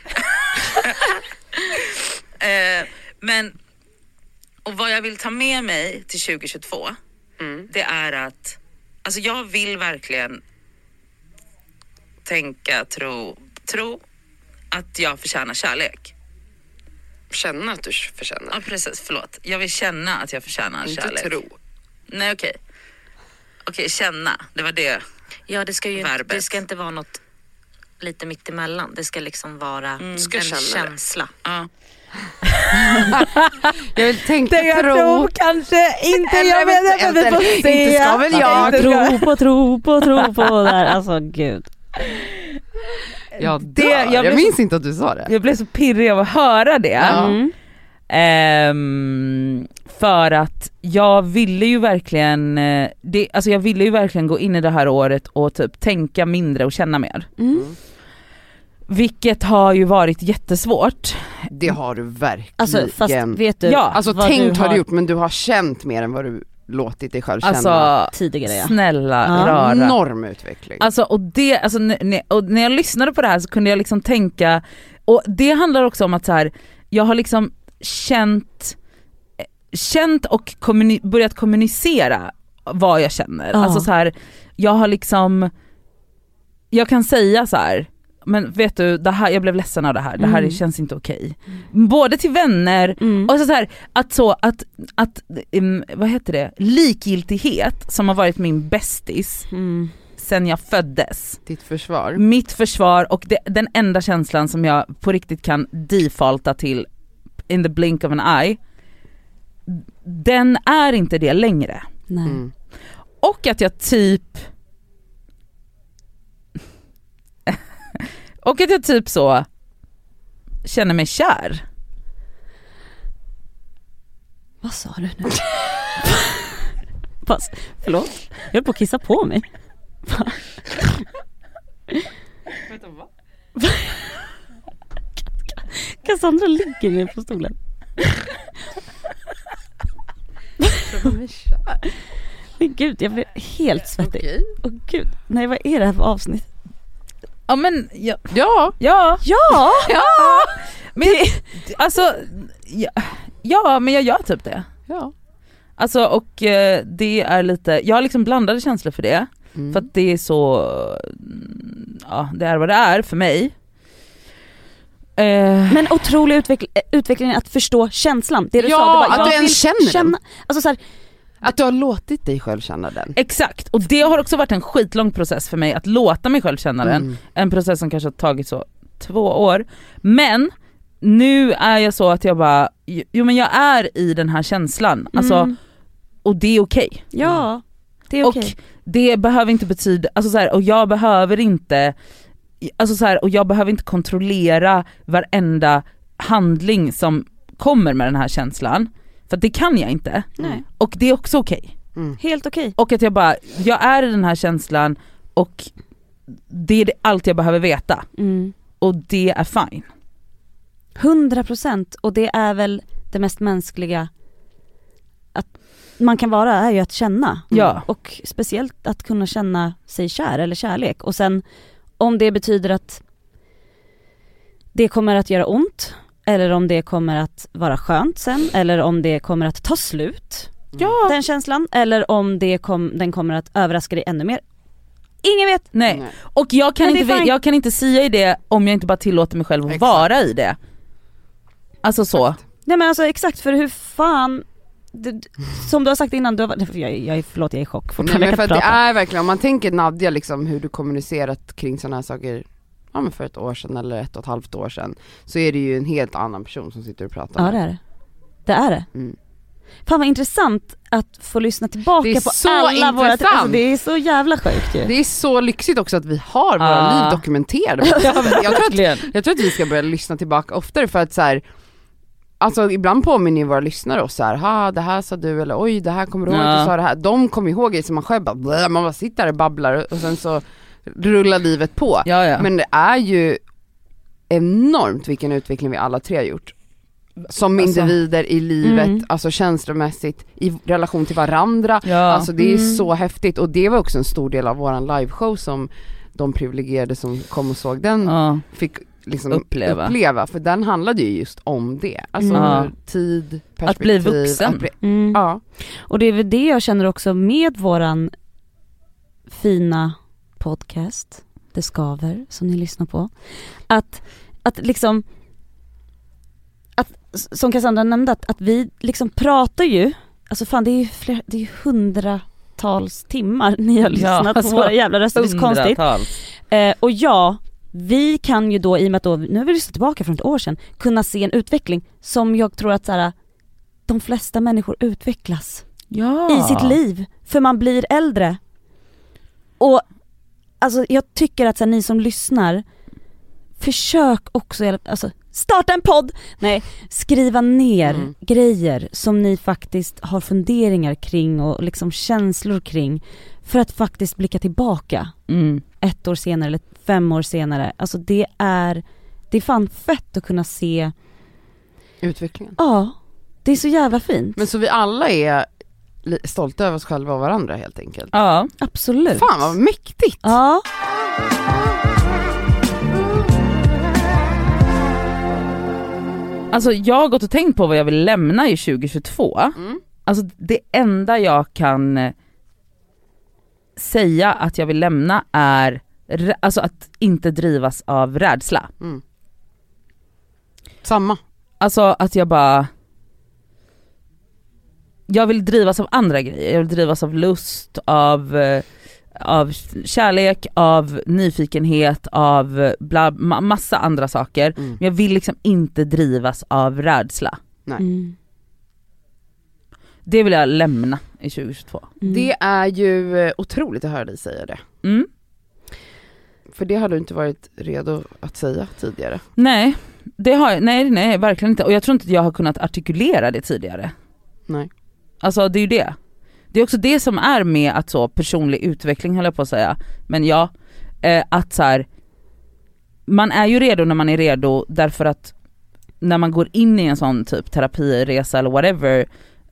Eh, men, och vad jag vill ta med mig till tjugo tjugotvå, Mm. det är att, alltså jag vill verkligen tänka, tro, tro att jag förtjänar kärlek. Känna att du förtjänar. Ja, precis, förlåt. Jag vill känna att jag förtjänar Inte kärlek. tro. Nej, okej. Okej, känna. Det var det. Ja, det ska ju inte, Verbet. det ska inte vara något lite mitt emellan. Det ska liksom vara Mm. en Ska känna det. känsla. Ja. Jag vill tänka Det jag tro. tror kanske inte, Eller jag vet inte, eventuellt, vi får eller se. inte ska väl jag Tro på, tro på, tro på där. Alltså gud. Jag, Det- dör. jag jag, blev minns inte att du sa det. Jag blev så pirrig av att höra det. Ja. Mm. Ehm, för att jag ville ju verkligen eh, det, alltså jag ville ju verkligen gå in i det här året och typ tänka mindre och känna mer. Mm. Vilket har ju varit jättesvårt. Det har du verkligen. Alltså fast vet du Ja, Alltså vad tänkt du har du gjort, men du har känt mer än vad du låtit dig själv känna. Alltså tidigare, ja. snälla Ja. rara. Enorm utveckling. Alltså, och det, alltså, n- och när jag lyssnade på det här så kunde jag liksom tänka, och det handlar också om att så här, jag har liksom känt känt och kommuni- börjat kommunicera vad jag känner. Ja. Alltså så här, jag har liksom, jag kan säga så här, men vet du, det här, jag blev ledsen av det här, det här Mm. känns inte okej. Både till vänner Mm. och så, så här, att så, att, att um, vad heter det, likgiltighet som har varit min bästis Mm. sen jag föddes. Ditt försvar. Mitt försvar och det, den enda känslan som jag på riktigt kan defaulta till in the blink of an eye, den är inte det längre. Nej. Mm. Och att jag typ och att jag typ så känner mig kär. Vad sa du nu? Pass, förlåt, jag höll på att kissa på mig. Cassandra ligger ner på stolen. Men gud, jag blev helt svettig. Okej. Åh gud, nej vad är det här för avsnitt? Ja men ja. Ja. Ja. Ja! Ja. Men alltså ja, ja men jag gör typ det. Ja. Alltså och eh, det är lite, jag har liksom blandade känslor för det. Mm. För att det är så, ja det är vad det är för mig. Eh, Men otrolig utveckling, utvecklingen att förstå känslan. Det du Ja, sa, det var, att jag du ens vill känner känna, den. alltså så här, Att du har låtit dig själv känna den. Exakt, och det har också varit en skitlång process för mig att låta mig själv känna den. Mm. En process som kanske har tagit så två år. Men nu är jag så att jag bara, jo men jag är i den här känslan. Alltså, Mm. och det är okej. ja, det är okej. Och det behöver inte betyda, alltså så här, och jag behöver inte, alltså så här, och jag behöver inte kontrollera varenda handling som kommer med den här känslan. För det kan jag inte. Nej, Och det är också okej. helt okej. Och att jag bara, jag är i den här känslan och det är det, allt jag behöver veta. Mm. Och det är fine. Hundra procent, och det är väl det mest mänskliga att man kan vara, är ju att känna. Ja. Och speciellt att kunna känna sig kär eller kärlek. Och sen om det betyder att det kommer att göra ont, eller om det kommer att vara skönt sen, eller om det kommer att ta slut, Ja. den känslan, eller om det kom, den kommer att överraska dig ännu mer. Ingen vet. Nej. Nej. Och jag kan, Men det är inte, fine. jag kan inte säga i det om jag inte bara tillåter mig själv att Exakt. vara i det. Alltså så. Nej men alltså exakt, för hur fan det, som du har sagt innan, du har, jag, jag, är- förlåt jag är i chock Nej, fortfarande, men jag för kan att inte det prata. är verkligen, om man tänker Nadja liksom hur du kommunicerat kring sådana här saker, ja men för ett år sedan eller ett och ett halvt år sedan, så är det ju en helt annan person som sitter och pratar. Ja det är det. Det är det. Mm. Fan vad intressant att få lyssna tillbaka Det är på så alla våra... intressant. Alltså, det är så jävla sjukt ju. Det är så lyxigt också att vi har våra Ah. liv dokumenterade. jag, tror att, jag tror att vi ska börja lyssna tillbaka oftare, för att så här, alltså ibland påminner våra lyssnare oss så här, ha det här sa du, eller oj det här kommer du ihåg att Ja. du sa det här. De kommer ihåg det som man själv bara, blä, man bara sitter där och babblar och sen så rullar livet på. Ja, ja. Men det är ju enormt vilken utveckling vi alla tre har gjort. Som Alltså. individer i livet, Mm. alltså känslomässigt, i relation till varandra. Ja. Alltså det är Mm. så häftigt, och det var också en stor del av våran liveshow som de privilegierade som kom och såg den ja. fick liksom Uppleva. uppleva. För den handlade ju just om det. Alltså Mm. Ja. tid, perspektiv. Att bli vuxen. att bli- Mm. Ja. Och det är väl det jag känner också med våran fina podcast, Det skaver, som ni lyssnar på. Att, att liksom, att, som Cassandra nämnde, att, att vi liksom pratar ju, alltså fan det är ju, fler, det är ju hundratals timmar ni har lyssnat alltså, på våra jävla röster, det är så konstigt. Hundratals. Eh, och ja, vi kan ju då, i och med att då, nu har vi lyssnat tillbaka från ett år sedan, kunna se en utveckling som jag tror att så här, de flesta människor utvecklas Ja. i sitt liv, för man blir äldre. Och alltså jag tycker att så här, ni som lyssnar, försök också, alltså starta en podd, nej, skriva ner Mm. grejer som ni faktiskt har funderingar kring och liksom känslor kring, för att faktiskt blicka tillbaka Mm. ett år senare eller fem år senare. Alltså det är, det är fan fett att kunna se, Utvecklingen. ja, det är så jävla fint. Men så vi alla är li- stolta över oss själva och varandra helt enkelt. Ja. Absolut. Fan vad mäktigt! Ja. Alltså jag har gått och tänkt på vad jag vill lämna i tjugo tjugotvå. Mm. Alltså det enda jag kan eh, säga att jag vill lämna är rä- alltså att inte drivas av rädsla. Mm. Samma. Alltså att jag bara, jag vill drivas av andra grejer. Jag vill drivas av lust, av, eh, av kärlek, av nyfikenhet, av eh, bla, ma- massa andra saker. Mm. Men jag vill liksom inte drivas av rädsla. Mm. Det vill jag lämna i tjugo tjugotvå. Mm. Det är ju eh, otroligt att höra dig säga det. Mm. För det har du inte varit redo att säga tidigare. Nej, det har jag, nej, nej, verkligen inte. Och jag tror inte att jag har kunnat artikulera det tidigare. Nej. Alltså det är ju det. Det är också det som är med att så personlig utveckling, höll jag på att säga. Men ja, eh, att så här, man är ju redo när man är redo, därför att när man går in i en sån typ terapiresa eller whatever,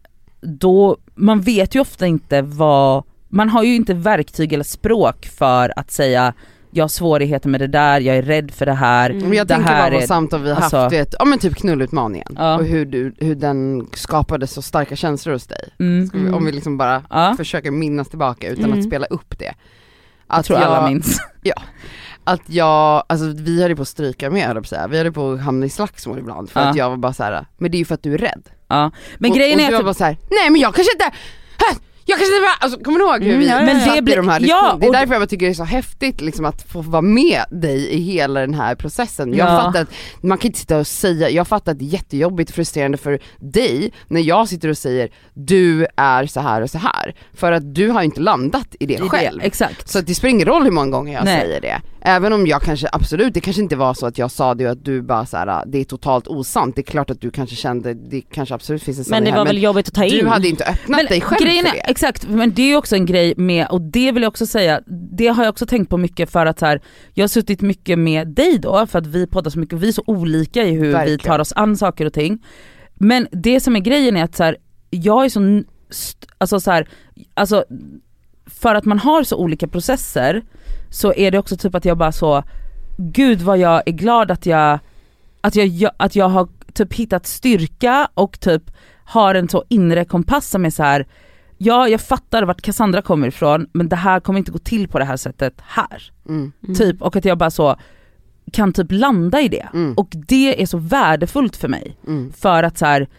då man vet ju ofta inte vad, man har ju inte verktyg eller språk för att säga jag har svårigheter med det där, jag är rädd för det här. Mm. Jag det tänker här bara på är, samtal vi alltså, haft, vet, ja men typ knullutmaningen ja. och hur, du, hur den skapade så starka känslor hos dig. Mm. Ska vi, om vi liksom bara Ja. försöker minnas tillbaka utan Mm. att spela upp det. Att Jag tror alla minns. Ja, att jag, alltså vi höll på att stryka med, höll jag på att säga. Vi höll på att hamna i slagsmål ibland för Ja. att jag var bara så här: men det är ju för att du är rädd. Ja. Men och, grejen och är du att var bara så här: nej men jag kanske inte, jag kanske inte, alltså kommer du ihåg hur Mm, vi ja, ja, men satt det i blir- de här ja, diskussionerna? Det är och- därför jag bara tycker det är så häftigt liksom, att få vara med dig i hela den här processen. Jag Ja. fattar att man kan inte sitta och säga, jag fattar att det är jättejobbigt och frustrerande för dig när jag sitter och säger du är så här och så här, för att du har inte landat i det I det, själv. exakt. Så att det spelar ingen roll hur många gånger jag Nej. säger det. Även om jag kanske, absolut, det kanske inte var så att jag sa det och att du bara så här, det är totalt osant. Det är klart att du kanske kände, det kanske absolut finns en Men det sanning var här, väl jobbigt att ta in. du hade inte öppnat Men dig själv grejen för är, det. exakt, men det är också en grej med, och det vill jag också säga, det har jag också tänkt på mycket för att så här, jag har suttit mycket med dig då för att vi poddar så mycket och vi är så olika i hur Verkligen. vi tar oss an saker och ting. Men det som är grejen är att så här, jag är så, st- alltså så här, alltså för att man har så olika processer så är det också typ att jag bara så, gud vad jag är glad att jag att jag, att jag har typ hittat styrka och typ har en så inre kompass som är så här: ja, jag fattar vart Cassandra kommer ifrån, men det här kommer inte gå till på det här sättet här. Mm. Mm. Typ, och att jag bara så kan typ landa i det. Mm. Och det är så värdefullt för mig. Mm. För att så här,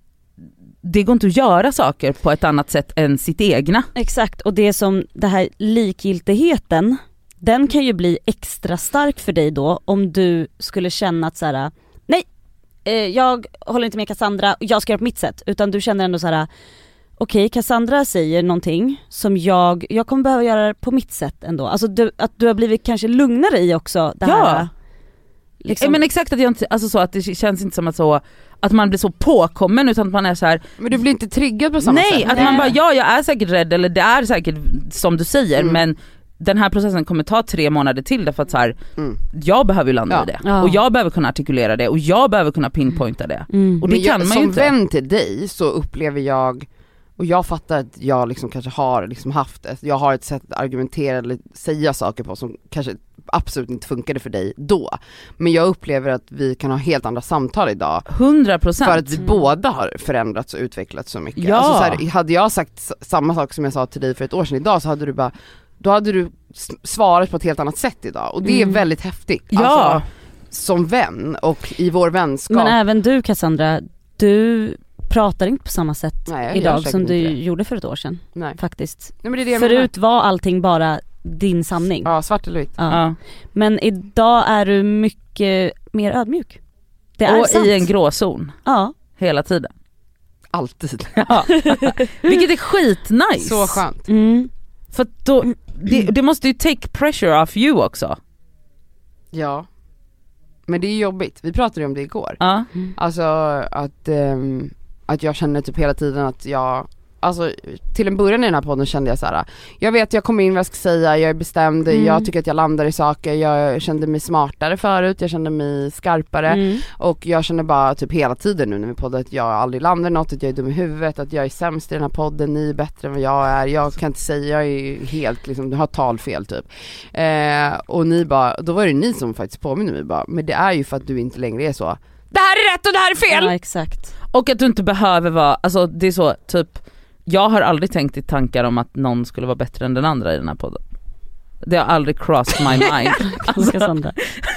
det går inte att göra saker på ett annat sätt än sitt egna. Exakt, och det som det här likgiltigheten, den kan ju bli extra stark för dig då om du skulle känna att så här: nej, eh, jag håller inte med Cassandra och jag ska göra på mitt sätt, utan du känner ändå så här: okej, okay, Cassandra säger någonting som jag, jag kommer behöva göra på mitt sätt ändå. Alltså du, att du har blivit kanske lugnare i också det Ja. här. Liksom. Men exakt, att jag inte, alltså så att det känns inte som att så att man blir så påkommen, utan att man är så här. Men du blir inte triggad på samma Nej, sätt? att man bara, ja jag är säkert rädd eller det är säkert som du säger, Mm. men den här processen kommer ta tre månader till därför att så här, Mm. jag behöver ju landa Ja. i det. Ja. Och jag behöver kunna artikulera det och jag behöver kunna pinpointa det. Mm. Och det Men kan jag, man ju som inte. vän till dig så upplever jag, och jag fattar att jag liksom kanske har liksom haft ett, jag har ett sätt att argumentera eller säga saker på som kanske absolut inte funkade för dig då. Men jag upplever att vi kan ha helt andra samtal idag. hundra procent. För att vi Mm. båda har förändrats och utvecklats så mycket. Ja. Alltså så här, hade jag sagt s- samma sak som jag sa till dig för ett år sedan idag, så hade du bara, då hade du s- svarat på ett helt annat sätt idag. Och det Mm. är väldigt häftigt. Ja. Alltså, som vän och i vår vänskap. Men även du Cassandra, du pratar inte på samma sätt Nej, jag gör idag säkert som du inte det. gjorde för ett år sedan Nej. faktiskt. Nej, men det är det jag menar. Förut var allting bara din sanning. Ja, svart eller vitt. Ja. Ja. Men idag är du mycket mer ödmjuk. Det är Och sant. i en gråzon Ja. hela tiden. Alltid. Ja. Vilket är skitnice. Så skönt. Mm. För att då, det, det måste ju take pressure off you också. Ja. Men det är jobbigt. Vi pratade ju om det igår. Ja. Alltså att, ehm, att jag känner typ hela tiden att jag, alltså till en början i den här podden kände jag så här: jag vet, jag kommer in vad jag ska säga, jag är bestämd, Mm. jag tycker att jag landar i saker, jag kände mig smartare förut, jag kände mig skarpare Mm. och jag känner bara typ hela tiden nu när vi poddar att jag aldrig landar i något, att jag är dum i huvudet, att jag är sämst i den här podden, ni är bättre än vad jag är, jag kan inte säga, jag är helt liksom, jag har talfel typ. Eh, och ni bara, då var det ni som faktiskt påminner mig bara, men det är ju för att du inte längre är så, det här är rätt och det här är fel! Ja, exakt. Och att du inte behöver vara, alltså det är så typ, jag har aldrig tänkt i tankar om att någon skulle vara bättre än den andra i den här podden. Det har aldrig crossed my mind. Alltså, Cassandra.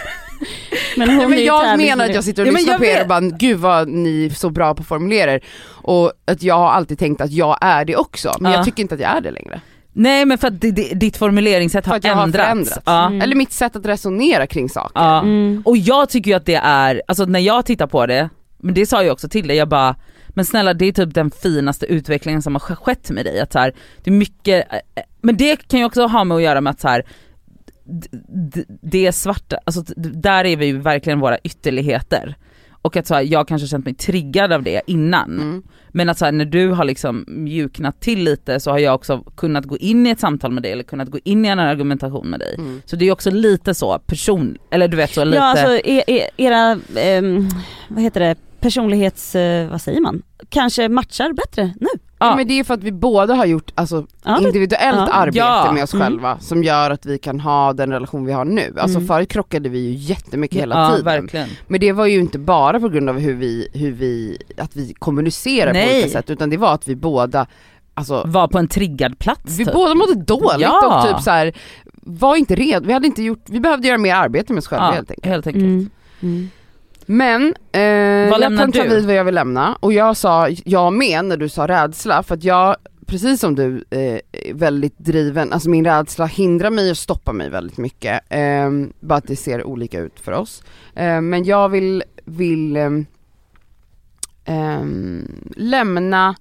Men hon Nej, är men ju jag tävlingsmedel. menar att jag sitter och Ja, men lyssnar jag på er vet. och bara, gud vad ni är så bra på att formulera er. Och att jag har alltid tänkt att jag är det också, men Ja. jag tycker inte att jag är det längre. Nej, men för att det, det, ditt formuleringssätt För har att jag har ändrats. förändrats. Ja. Mm. Eller mitt sätt att resonera kring saker. Ja. Mm. Och jag tycker ju att det är, alltså när jag tittar på det, men det sa jag också till dig, jag bara, men snälla det är typ den finaste utvecklingen som har skett med dig. Att så här, det är mycket, men det kan ju också ha med att göra med att så här, d- d- det är svarta, alltså d- där är vi ju verkligen våra ytterligheter. Och att så här, jag kanske känt mig triggad av det innan. Mm. Men att så här, när du har liksom mjuknat till lite så har jag också kunnat gå in i ett samtal med dig eller kunnat gå in i en argumentation med dig. Mm. Så det är också lite så person, eller du vet så lite. Ja, alltså er, er, era, eh, vad heter det, personlighets, eh, vad säger man? Kanske matchar bättre nu. Ja. Ja. Men det är för att vi båda har gjort alltså, Ja, det- individuellt ja. arbete Ja. med oss Mm. själva som gör att vi kan ha den relation vi har nu. Alltså Mm. förut krockade vi ju jättemycket hela ja, tiden. verkligen. Men det var ju inte bara på grund av hur vi, hur vi, att vi kommunicerar Nej. på olika sätt, utan det var att vi båda, alltså Var på en triggad plats. vi typ. båda mådde dåligt Ja. och typ så här, var inte redo, vi hade inte gjort, vi behövde göra mer arbete med oss själva Ja, helt enkelt. helt enkelt. Mm. Mm. Men eh, jag lämnar kan ta du? vid vad jag vill lämna, och jag sa jag med när du sa rädsla, för att jag, precis som du, eh, är väldigt driven, alltså min rädsla hindrar mig och stoppar mig väldigt mycket, eh, bara att det ser olika ut för oss. Eh, men jag vill, vill eh, eh, lämna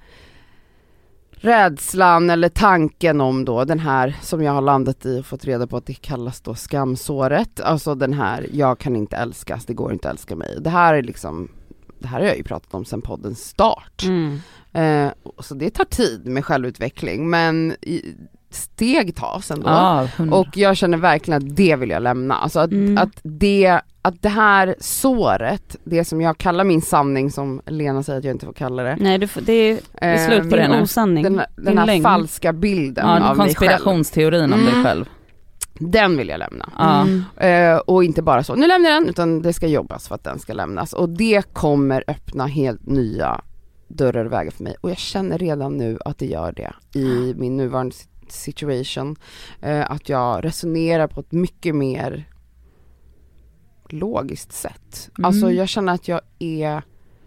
rädslan eller tanken om då den här som jag har landat i och fått reda på att det kallas då skamsåret, alltså den här jag kan inte älskas, det går inte att älska mig. Det här är liksom, det här har jag ju pratat om sedan poddens start. Mm. Eh, så det tar tid med självutveckling, men i, steg tas ändå. Ja, hundra. Och jag känner verkligen att det vill jag lämna. Alltså att, Mm. att, det, att det här såret, det som jag kallar min sanning, som Lena säger att jag inte får kalla det. Nej, du får, det är är eh, slut på det din nu. osanning. Den, din den här lögn. falska bilden Ja, av mig själv. konspirationsteorin om Mm. dig själv. Den vill jag lämna. Ja. Mm. Eh, och inte bara så, nu lämnar jag den, utan det ska jobbas för att den ska lämnas. Och det kommer öppna helt nya dörrar och vägar för mig. Och jag känner redan nu att det gör det i min nuvarande situation. Eh, att jag resonerar på ett mycket mer logiskt sätt. Mm. Alltså jag känner att jag är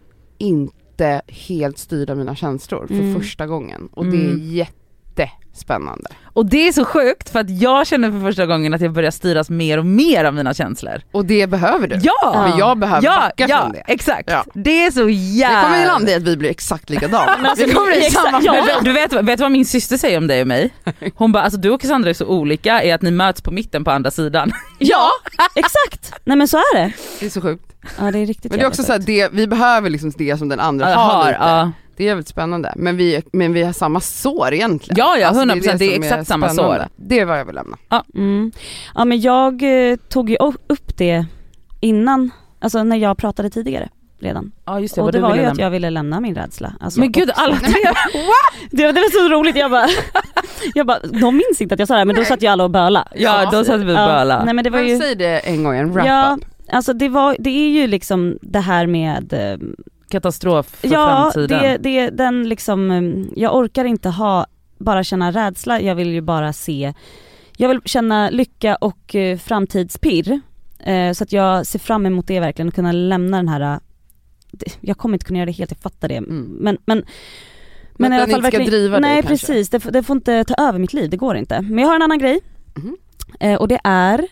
inte helt styrd av mina känslor för Mm. första gången. Och det är Mm. jättespännande. Och det är så sjukt för att jag känner för första gången att jag börjar styras mer och mer av mina känslor. Och det behöver du. Ja! För jag behöver ja, backa ja, från det. exakt. Ja. Det är så Det jävla... kommer ju landa i att vi blir exakt likadana. alltså, det kommer bli exakt, samma. ja. Men du vet, vet du vad min syster säger om dig och mig? Hon bara, alltså du och Cassandra är så olika är att ni möts på mitten på andra sidan. Ja, exakt. Nej men så är det. Det är så sjukt. Ja, det är riktigt Men det är också så här, det, vi behöver liksom det som den andra Ja, har har, lite. ja. Det är jävligt spännande. Men vi, men vi har samma sår egentligen. Ja, ja, Alltså, hundra procent. Det är som exakt samma spännande. sår. Det är vad jag vill lämna. Mm. Ja men jag eh, tog ju upp det innan, alltså när jag pratade tidigare redan. Ja just det, Och vad det du var ju ville att lämna. jag ville lämna min rädsla. Alltså, Men gud, också. alla tre. det, det var så roligt, jag bara, jag bara de minns inte att jag sa det här, men då satt ju alla och böla. Ja, då satt vi och böla. Nej men det var Men ju, säg det en gång, en wrap ja, up. alltså det var, det är ju liksom det här med eh, Katastrof för ja, framtiden. det, det, den liksom, eh, jag orkar inte ha, bara känna rädsla, jag vill ju bara se, jag vill känna lycka och eh, framtidspirr, eh, så att jag ser fram emot det verkligen, och kunna lämna den här, det, jag kommer inte kunna göra det helt, jag fattar det, Mm. men, men Men i att alla den fall inte ska verkligen- driva dig nej kanske. precis, det, f- det får inte ta över mitt liv, det går inte. Men jag har en annan grej, Mhm. eh, och det är,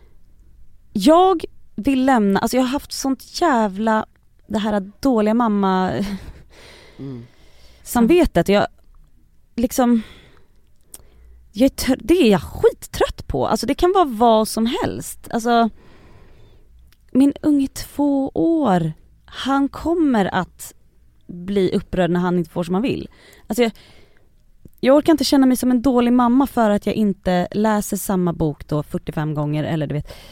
jag vill lämna, alltså jag har haft sånt jävla, det här dåliga mamma Mm. samvetet, jag liksom, jag är tr- det är jag skittrött på, alltså det kan vara vad som helst, alltså min unge två år, han kommer att bli upprörd när han inte får som han vill, alltså jag, jag orkar inte känna mig som en dålig mamma för att jag inte läser samma bok då fyrtiofem gånger, eller du vet,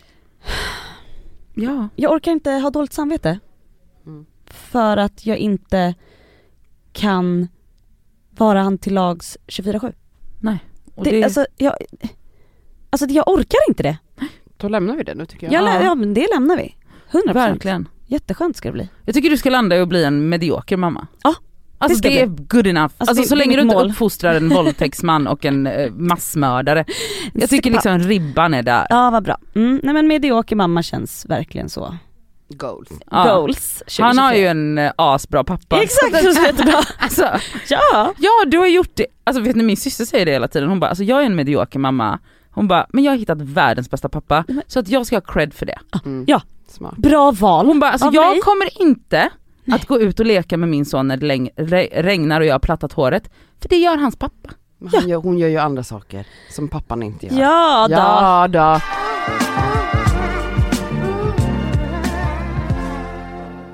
Ja. jag orkar inte ha dåligt samvete Mm. för att jag inte kan vara han till lags tjugofyra sju. Och Det, det, alltså, jag, alltså jag orkar inte det. Då lämnar vi det nu tycker jag. Jag, lä- Ja. ja men det lämnar vi. hundra procent. verkligen. Jätteskönt ska det bli. Jag tycker du ska landa i att bli en medioker mamma. Ja, Alltså det det, ska är good enough. Alltså, det- så det är länge du mitt inte mål. uppfostrar en våldtäktsman och en eh, massmördare. Jag tycker Slippa. liksom ribban är där. Ja vad bra. Mm, nej men medioker mamma känns verkligen så. Goals. Ja. Goals. tjugo Han har tjugotre. ju en eh, asbra pappa. Exakt, det är jättebra. Alltså, Ja. ja du har gjort det. Alltså vet ni, min syster säger det hela tiden. Hon bara, alltså jag är en medioker mamma. Hon bara, men jag har hittat världens bästa pappa. Så att jag ska ha cred för det. Mm. Ja. Smart. Bra val. Hon bara, alltså Av jag mig. kommer inte att gå ut och leka med min son när det läng- re- regnar och jag har plattat håret. För det gör hans pappa. Men han gör, hon gör ju andra saker som pappan inte gör. Ja då. Ja då.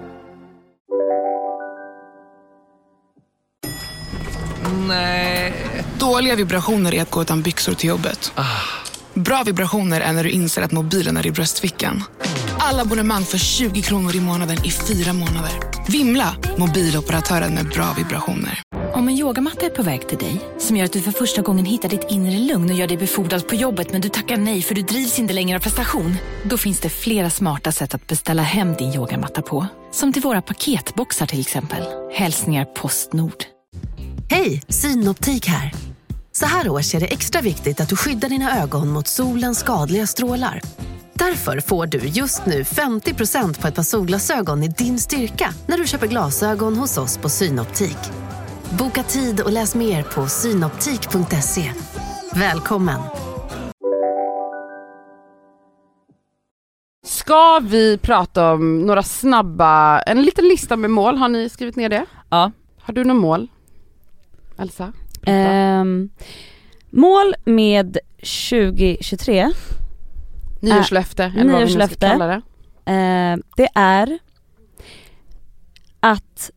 Nej. Dåliga vibrationer är att gå utan byxor till jobbet. Bra vibrationer är när du inser att mobilen är i bröstfickan. Alla abonnemang för tjugo kronor i månaden i fyra månader. Vimla, mobiloperatören med bra vibrationer. Om en yogamatta är på väg till dig, som gör att du för första gången hittar ditt inre lugn och gör dig befordrad på jobbet, men du tackar nej för du drivs inte längre av prestation. Då finns det flera smarta sätt att beställa hem din yogamatta på. Som till våra paketboxar till exempel. Hälsningar Postnord. Hej, Synoptik här. Så här års är det extra viktigt att du skyddar dina ögon mot solens skadliga strålar. Därför får du just nu femtio procent på ett par solglasögon i din styrka när du köper glasögon hos oss på Synoptik. Boka tid och läs mer på synoptik punkt se. Välkommen! Ska vi prata om några snabba, en liten lista med mål, har ni skrivit ner det? Ja. Har du några mål? Elsa? Um, mål med tjugo tjugotre. Nyårslöfte, äh, eller vad nyårslöfte, vi ska kalla det. Uh, det är att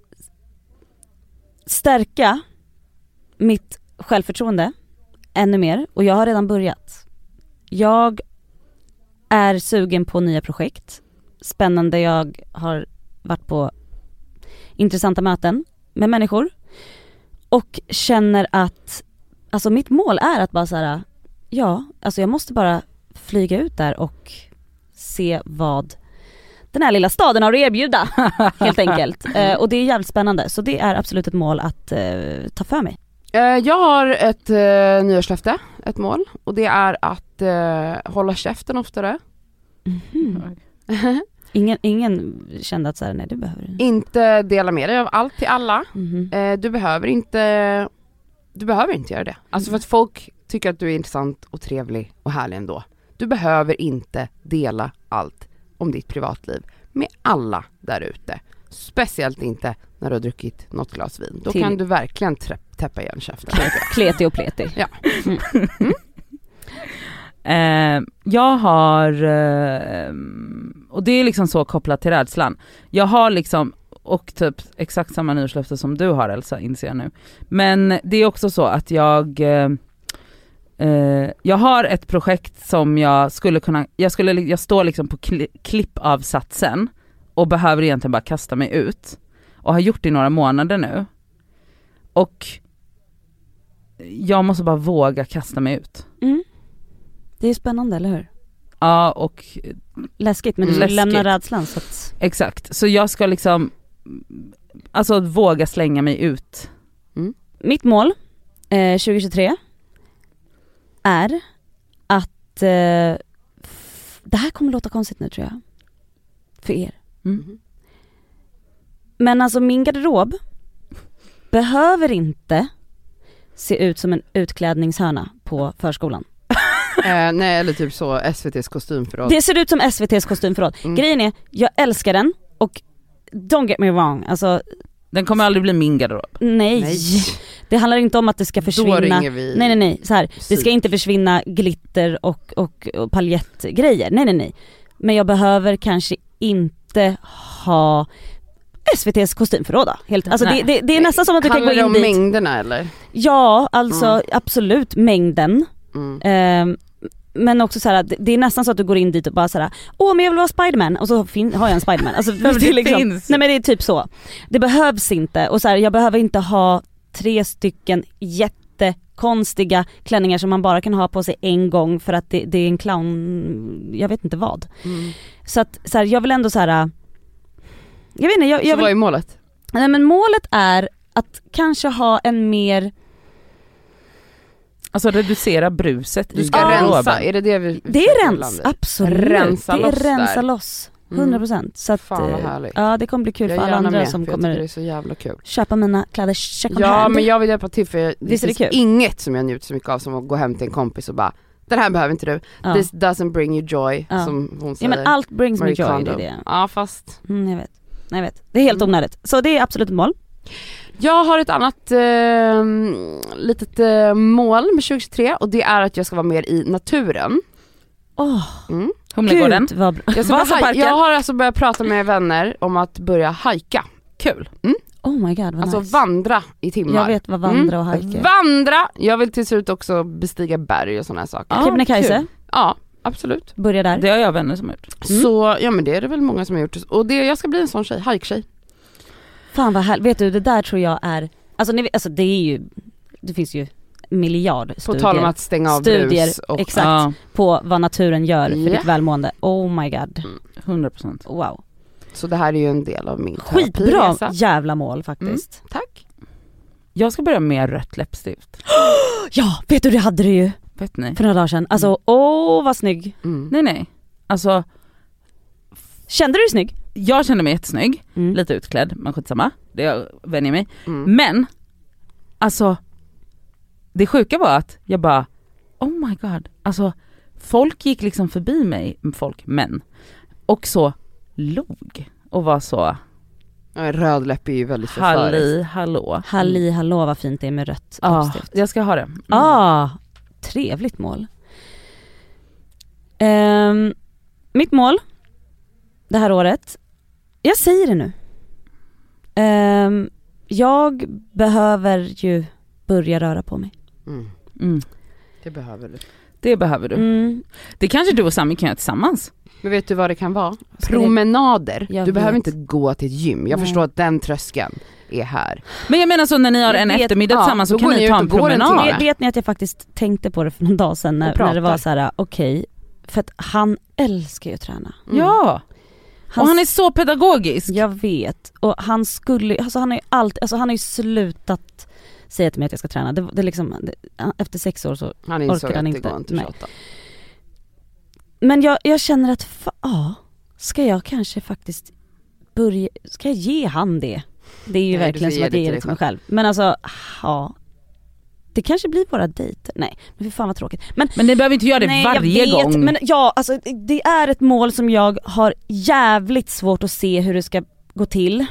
stärka mitt självförtroende ännu mer. Och jag har redan börjat. Jag är sugen på nya projekt. Spännande. Jag har varit på intressanta möten med människor. Och känner att alltså mitt mål är att bara så här, ja, alltså jag måste bara flyga ut där och se vad den här lilla staden har att erbjuda, helt enkelt. Eh, och det är jävligt spännande. Så det är absolut ett mål att eh, ta för mig. Eh, jag har ett eh, nyårslöfte, ett mål. Och det är att eh, hålla käften oftare. Mm-hmm. ingen, ingen kände att så här, nej, du behöver inte dela med dig av allt till alla. Mm-hmm. Eh, du behöver inte Du behöver inte göra det. Alltså för att folk tycker att du är intressant och trevlig och härlig ändå. Du behöver inte dela allt om ditt privatliv med alla där ute. Speciellt inte när du har druckit något glas vin. Då Till... kan du verkligen trä- täppa igen käften. Kleti och pleti. Ja. Mm. Mm. Eh, jag har, eh, och det är liksom så kopplat till rädslan. Jag har liksom, och typ exakt samma nyårslöfte som du har, Elsa, inser jag nu. Men det är också så att jag eh, eh, jag har ett projekt som jag skulle kunna, jag, skulle, jag står liksom på kli, klippavsatsen och behöver egentligen bara kasta mig ut. Och har gjort det i några månader nu. Och jag måste bara våga kasta mig ut. Mm. Det är spännande, eller hur? Ja, och läskigt, men du läskigt. lämnar rädslan så att... Exakt, så jag ska liksom alltså våga slänga mig ut. Mm. Mitt mål eh, tjugo tjugotre är att eh, f- det här kommer låta konstigt nu, tror jag, för er. Mm. Men alltså min garderob behöver inte se ut som en utklädningshörna på förskolan. eh, nej, eller typ så S V T:s kostymförråd. Det ser ut som S V T:s kostymförråd. Mm. Grejen är, jag älskar den och don't get me wrong, alltså Den kommer aldrig bli min garderob. nej. Nej. Det handlar inte om att det ska försvinna. Då ringer vi. Nej nej nej, så här. Det ska Syk. inte försvinna glitter och, och, och paljettgrejer. Nej nej nej. Men jag behöver kanske inte ha S V T:s kostymförråd då. Helt, alltså det, det, det är nästan som att du kan gå Handlar det in om dit. mängderna eller? Ja, alltså Mm. absolut mängden. Mm. Ehm, men också så här, det, det är nästan så att du går in dit och bara så här, åh men jag vill vara Spiderman, och så fin- har jag en Spiderman. Alltså, det, det är liksom, finns. nej men det är typ så. Det behövs inte, och så här, jag behöver inte ha tre stycken jättekonstiga klänningar som man bara kan ha på sig en gång för att det, det är en clown, jag vet inte vad. Mm. Så att så här, jag vill ändå så här, jag vet inte, jag, Så jag vad vill, är målet? nej men målet är att kanske ha en mer... Alltså reducera bruset Du i ska garderoben. rensa, är det det vi Det är rens, absolut. Rensa det loss är rensa där. loss, hundra procent. Så att, Fan vad eh, härligt. ja, det kommer bli kul Jag för är alla gärna andra med, som för jag tycker det kommer är så jävla kul. köpa mina kläder second Ja, hand. men jag vill hjälpa till, för det Visst är det finns kul? inget som jag njuter så mycket av som att gå hem till en kompis och bara, den här behöver inte du. Ja. This doesn't bring you joy, Ja. som hon Ja säger. men allt brings me Marie joy, det Kondo. är det. Ja, fast Mm, jag vet. Nej, jag vet. Det är helt Mm. onödigt. Så det är absolut ett mål. jag har ett annat eh, litet eh, mål med tjugo tjugotre, och det är att jag ska vara mer i naturen. Åh, Mm. Humlegården. gud vad bra. Jag, ska börja, Vasaparken. jag har alltså börjat prata med vänner om att börja hajka. Kul. Mm. Oh my god, vad Alltså nice. vandra i timmar. Jag vet vad vandra och hajka är. Vandra! Jag vill till slut också bestiga berg och såna här saker. Ja, Kebnekaise? Ja, absolut. Börja där. Det har jag vänner som har gjort. Mm. Så, ja men det är det väl många som har gjort. Och det, jag ska bli en sån tjej, hajktjej. Fan vad härligt. Vet du, det där tror jag är, alltså, ni, alltså det är ju, det finns ju miljard studier. På tal om att stänga av studier, brus. Och, exakt, Ja. på vad naturen gör för Yeah. ditt välmående. Oh my god. hundra procent. Wow. så det här är ju en del av min Skitbra terapiresa. jävla mål faktiskt. Mm, tack. Jag ska börja med rött läppstift. Ja, vet du det hade du ju Vet ni? för några dagar sedan. Alltså, åh oh, vad snygg. Mm. Nej nej. Alltså Kände du dig snygg? jag kände mig jättesnygg. Mm. Lite utklädd, men skitsamma. Det jag vänjer mig. Mm. Men alltså det sjuka var att jag bara oh my god. Alltså folk gick liksom förbi mig, folk, män. Och så log och var så Ja, röd läpp är ju väldigt förföriskt. halli hallå. Halli hallå vad fint det är med rött Ja, läppstift. jag ska ha det. Mm. Ah, trevligt mål. Ehm, mitt mål det här året, jag säger det nu. Ehm, jag behöver ju börja röra på mig. Mm. Mm. Det behöver du. Det behöver du. Mm. Det kanske du och Sami kan göra tillsammans. Men vet du vad det kan vara? Ska Promenader. Jag Du vet. behöver inte gå till ett gym. Jag Nej. förstår att den tröskeln är här. Men jag menar så när ni har Jag en vet- eftermiddag ja, tillsammans så då kan går ni ni ut ta och en går en promenad. timme. Vet, vet ni att jag faktiskt tänkte på det för någon dag sedan Och när, när pratar. det var så här: okej, för att han älskar ju att träna. Mm. Ja, och han är så pedagogisk. Jag vet, och han skulle, alltså han har ju allt, alltså han har ju slutat säga till mig att jag ska träna. Det, det är liksom, det, efter sex år så Han insåg orkar han att det inte. går inte Nej. tjata. Men jag, jag känner att, fa, ja, ska jag kanske faktiskt börja, ska jag ge han det? Det är ju Nej, du verkligen ska som ge att det ge till det dig till mig själv. Men alltså, ja, det kanske blir bara dejter. Nej, men för fan vad tråkigt. Men Men ni behöver inte göra det nej, varje jag vet, gång. men ja, alltså det är ett mål som jag har jävligt svårt att se hur det ska gå till.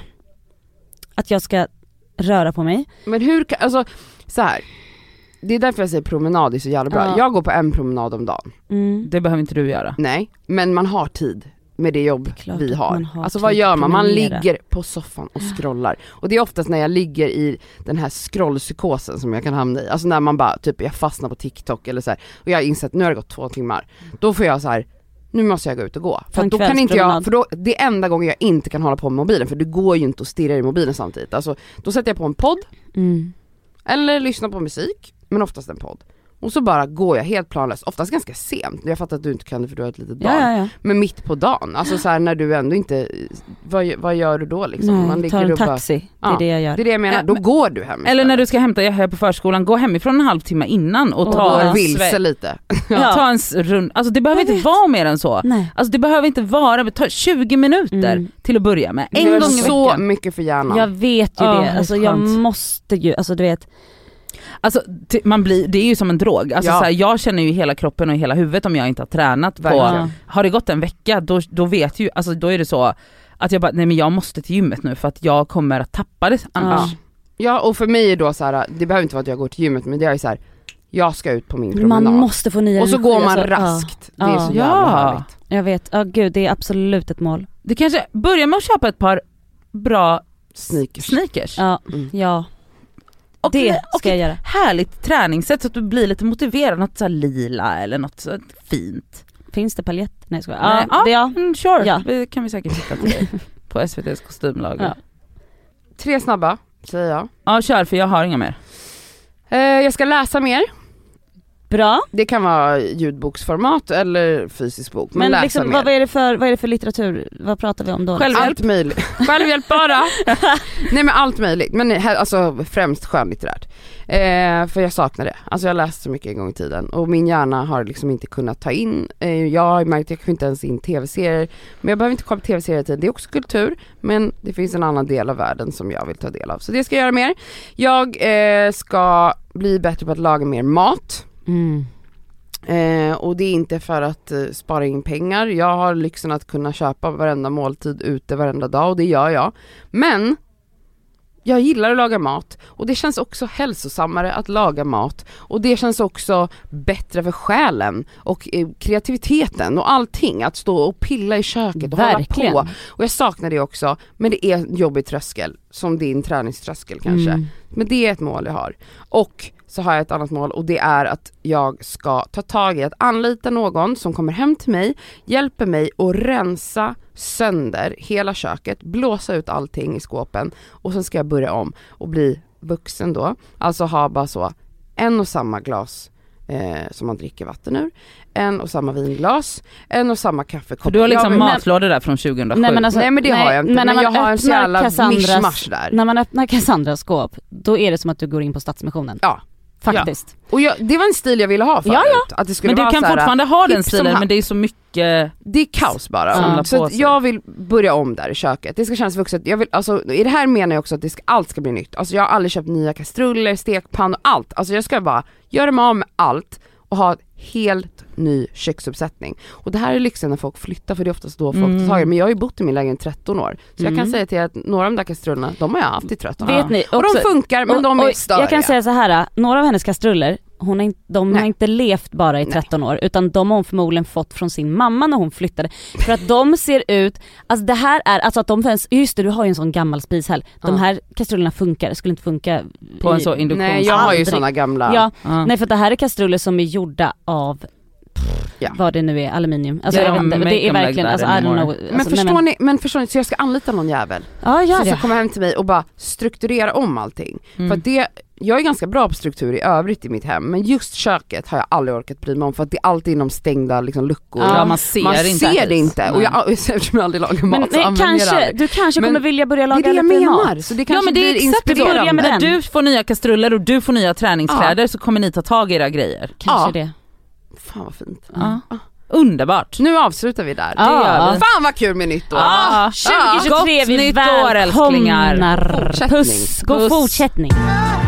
Att jag ska röra på mig. Men hur kan, alltså så här. Det är därför jag säger promenad är så jävla bra. Ja. Jag går på en promenad om dagen. Mm. Det behöver inte du göra. Nej, men man har tid med det jobb Det är klart vi att har. man har Alltså tid vad gör att man? Man promenera. ligger på soffan och scrollar. Och det är oftast när jag ligger i den här scrollpsykosen som jag kan hamna i. Alltså när man bara, typ jag fastnar på TikTok eller så här. Och jag har insett, nu har det gått två timmar. Då får jag så här, nu måste jag gå ut och gå. För en att då kan inte jag, kvällspromenad. för då, det är enda gången jag inte kan hålla på med mobilen. För det går ju inte att stirra i mobilen samtidigt. Alltså då sätter jag på en podd. Mm. Eller lyssnar på musik, men oftast en podd. Och så bara går jag helt planlöst, oftast ganska sent. Jag fattar att du inte kan det för du har ett litet barn. Ja, ja, ja. Men mitt på dagen, alltså så här när du ändå inte, vad, vad gör du då liksom? Nej, tar en och bara- taxi. Det är Ja, det jag gör. Det är det jag menar, Ja, då men- går du hem. Eller när du ska hämta Yahya på förskolan, gå hemifrån en halvtimme innan och och ta gå en vilse sve- lite. Ja. ta en s- rund. Alltså det behöver Jag inte vet. vara mer än så. Nej. Alltså det behöver inte vara, ta tjugo minuter Mm. till att börja med. En Det är gång i så veckan. mycket för hjärnan. Jag vet ju Ja, det, alltså jag skönt. måste ju, alltså du vet. Alltså t- man blir, det är ju som en drog. Alltså Ja. så här, jag känner ju hela kroppen och hela huvudet om jag inte har tränat på. Verkligen. Har det gått en vecka då, då vet ju, alltså då är det så att jag bara, nej men jag måste till gymmet nu för att jag kommer att tappa det annars. Ja. Ja, och för mig är då så här, det behöver inte vara att jag går till gymmet, men det är ju så här, jag ska ut på min promenad. Man måste få nya och så energi, går man alltså, raskt. Ja. Det är Ja. så jävla Ja. härligt. Jag vet, ja gud det är absolut ett mål. Det kanske, börja med att köpa ett par bra Sneakers. sneakers. Ja, Mm. ja. Och, Det och ska jag ett göra. härligt träningssätt så att du blir lite motiverad, något så här lila eller något så fint. Finns det paljett? Nej jag skojar. Nej, Ja, det, ja. Mm, sure, Ja. det kan vi säkert hitta till dig på S V T:s kostymlager. Ja. Ja. Tre snabba, säger jag. ja, kör för jag har inga mer. Eh, jag ska läsa mer. Bra. Det kan vara ljudboksformat eller fysisk bok. Men, Men läsa liksom, mer. vad, vad, är det för, vad är det för litteratur? Vad pratar vi om då? Självhjälp. Allt möjligt. Självhjälp bara. Nej men allt möjligt. Men här, alltså främst skönlitterärt. Eh, för jag saknar det. Alltså jag läste så mycket en gång i tiden. Och min hjärna har liksom inte kunnat ta in. Eh, jag har märkt att jag kan inte ens in tv-serier. Men jag behöver inte kolla på tv-serier i tiden. Det är också kultur. Men det finns en annan del av världen som jag vill ta del av. Så det ska jag göra mer. Jag eh, ska bli bättre på att laga mer mat. Mm. Eh, och det är inte för att eh, spara in pengar. Jag har lyxen att kunna köpa varenda måltid ute varenda dag och det gör jag. Men jag gillar att laga mat och det känns också hälsosammare att laga mat och det känns också bättre för själen och eh, kreativiteten och allting, att stå och pilla i köket och Verkligen. hålla på. Och jag saknar det också, men det är en jobbig tröskel som din träningströskel kanske. Mm. Men det är ett mål jag har. Och så har jag ett annat mål och det är att jag ska ta tag i att anlita någon som kommer hem till mig, hjälper mig att rensa sönder hela köket, blåsa ut allting i skåpen och sen ska jag börja om och bli vuxen då. Alltså ha bara så en och samma glas eh, som man dricker vatten ur, en och samma vinglas, en och samma kaffekopp. För du har liksom jag, matlådor där från tjugohundrasju. Nej men, alltså, nej, men det nej, har jag inte, men, men, när jag man har en så jävla mischmasch där. När man öppnar Cassandras skåp, då är det som att du går in på Stadsmissionen. Ja. Faktiskt. Ja. Och jag, det var en stil jag ville ha förut. Ja, ja. Att det skulle Men du vara kan så här, fortfarande ha den hipp som stilen, happ. men det är så mycket. Det är kaos bara. Samla Så på att sig. jag vill börja om där i köket. Det ska kännas vuxet. Jag vill, alltså, i det här menar jag också att det ska, allt ska bli nytt. Alltså jag har aldrig köpt nya kastruller, stekpannor, allt. Alltså jag ska bara göra mig av med allt och ha helt ny köksuppsättning. Och det här är lyxen när folk flyttar, för det är oftast då folk Mm. tar tag i det. Men jag har ju bott i min lägenhet tretton år. Så Mm. jag kan säga till er att några av de där kastrullerna, de har jag haft i tretton år. Vet ni, Och också, de funkar, men och, de är och störiga. jag kan säga så här, några av hennes kastruller, hon har inte, de Nej. har inte levt bara i tretton år, utan de har hon förmodligen fått från sin mamma när hon flyttade. För att de ser ut, alltså det här är, alltså att de finns, just det, du har ju en sån gammal spishäll. De Ja. här kastrullerna funkar, det skulle inte funka På en i- så induktions... Nej, jag har ju Aldrig. såna gamla. Ja, Ja. nej för att det här är kastruller som är gjorda av Ja. vad det nu är, aluminium. Alltså Ja, jag vet de inte, men make det är them like verkligen, that alltså I don't anymore. know. Men Alltså, förstår nej, men, ni, men förstår ni, så jag ska anlita någon jävel. Ja, gör Så det. ska komma hem till mig och bara strukturera om allting. Mm. För att det, jag är ganska bra på struktur i övrigt i mitt hem, men just köket har jag aldrig orkat bry mig om, för att det är alltid inom stängda liksom, luckor. Ja, man ser man inte. ser det inte. Och jag, eftersom jag aldrig lagar mat Men så nej, använder jag det kanske, aldrig. du kanske Men kommer vilja börja Det laga är det jag lite menar, mat. så det Ja kanske men det är blir exakt börja inspirerande. med När den. du får nya kastruller och du får nya träningskläder så kommer ni ta tag i era grejer. Kanske Ja. det. Fan vad fint. Ja. Underbart. Nu avslutar vi där. Ja. Det gör vi. Fan vad kul med nytt år. Ja. tjugo tjugotre, Gott vi nytt år, älsklingar. välkomnar. Fortsättning. Puss, god Puss. fortsättning.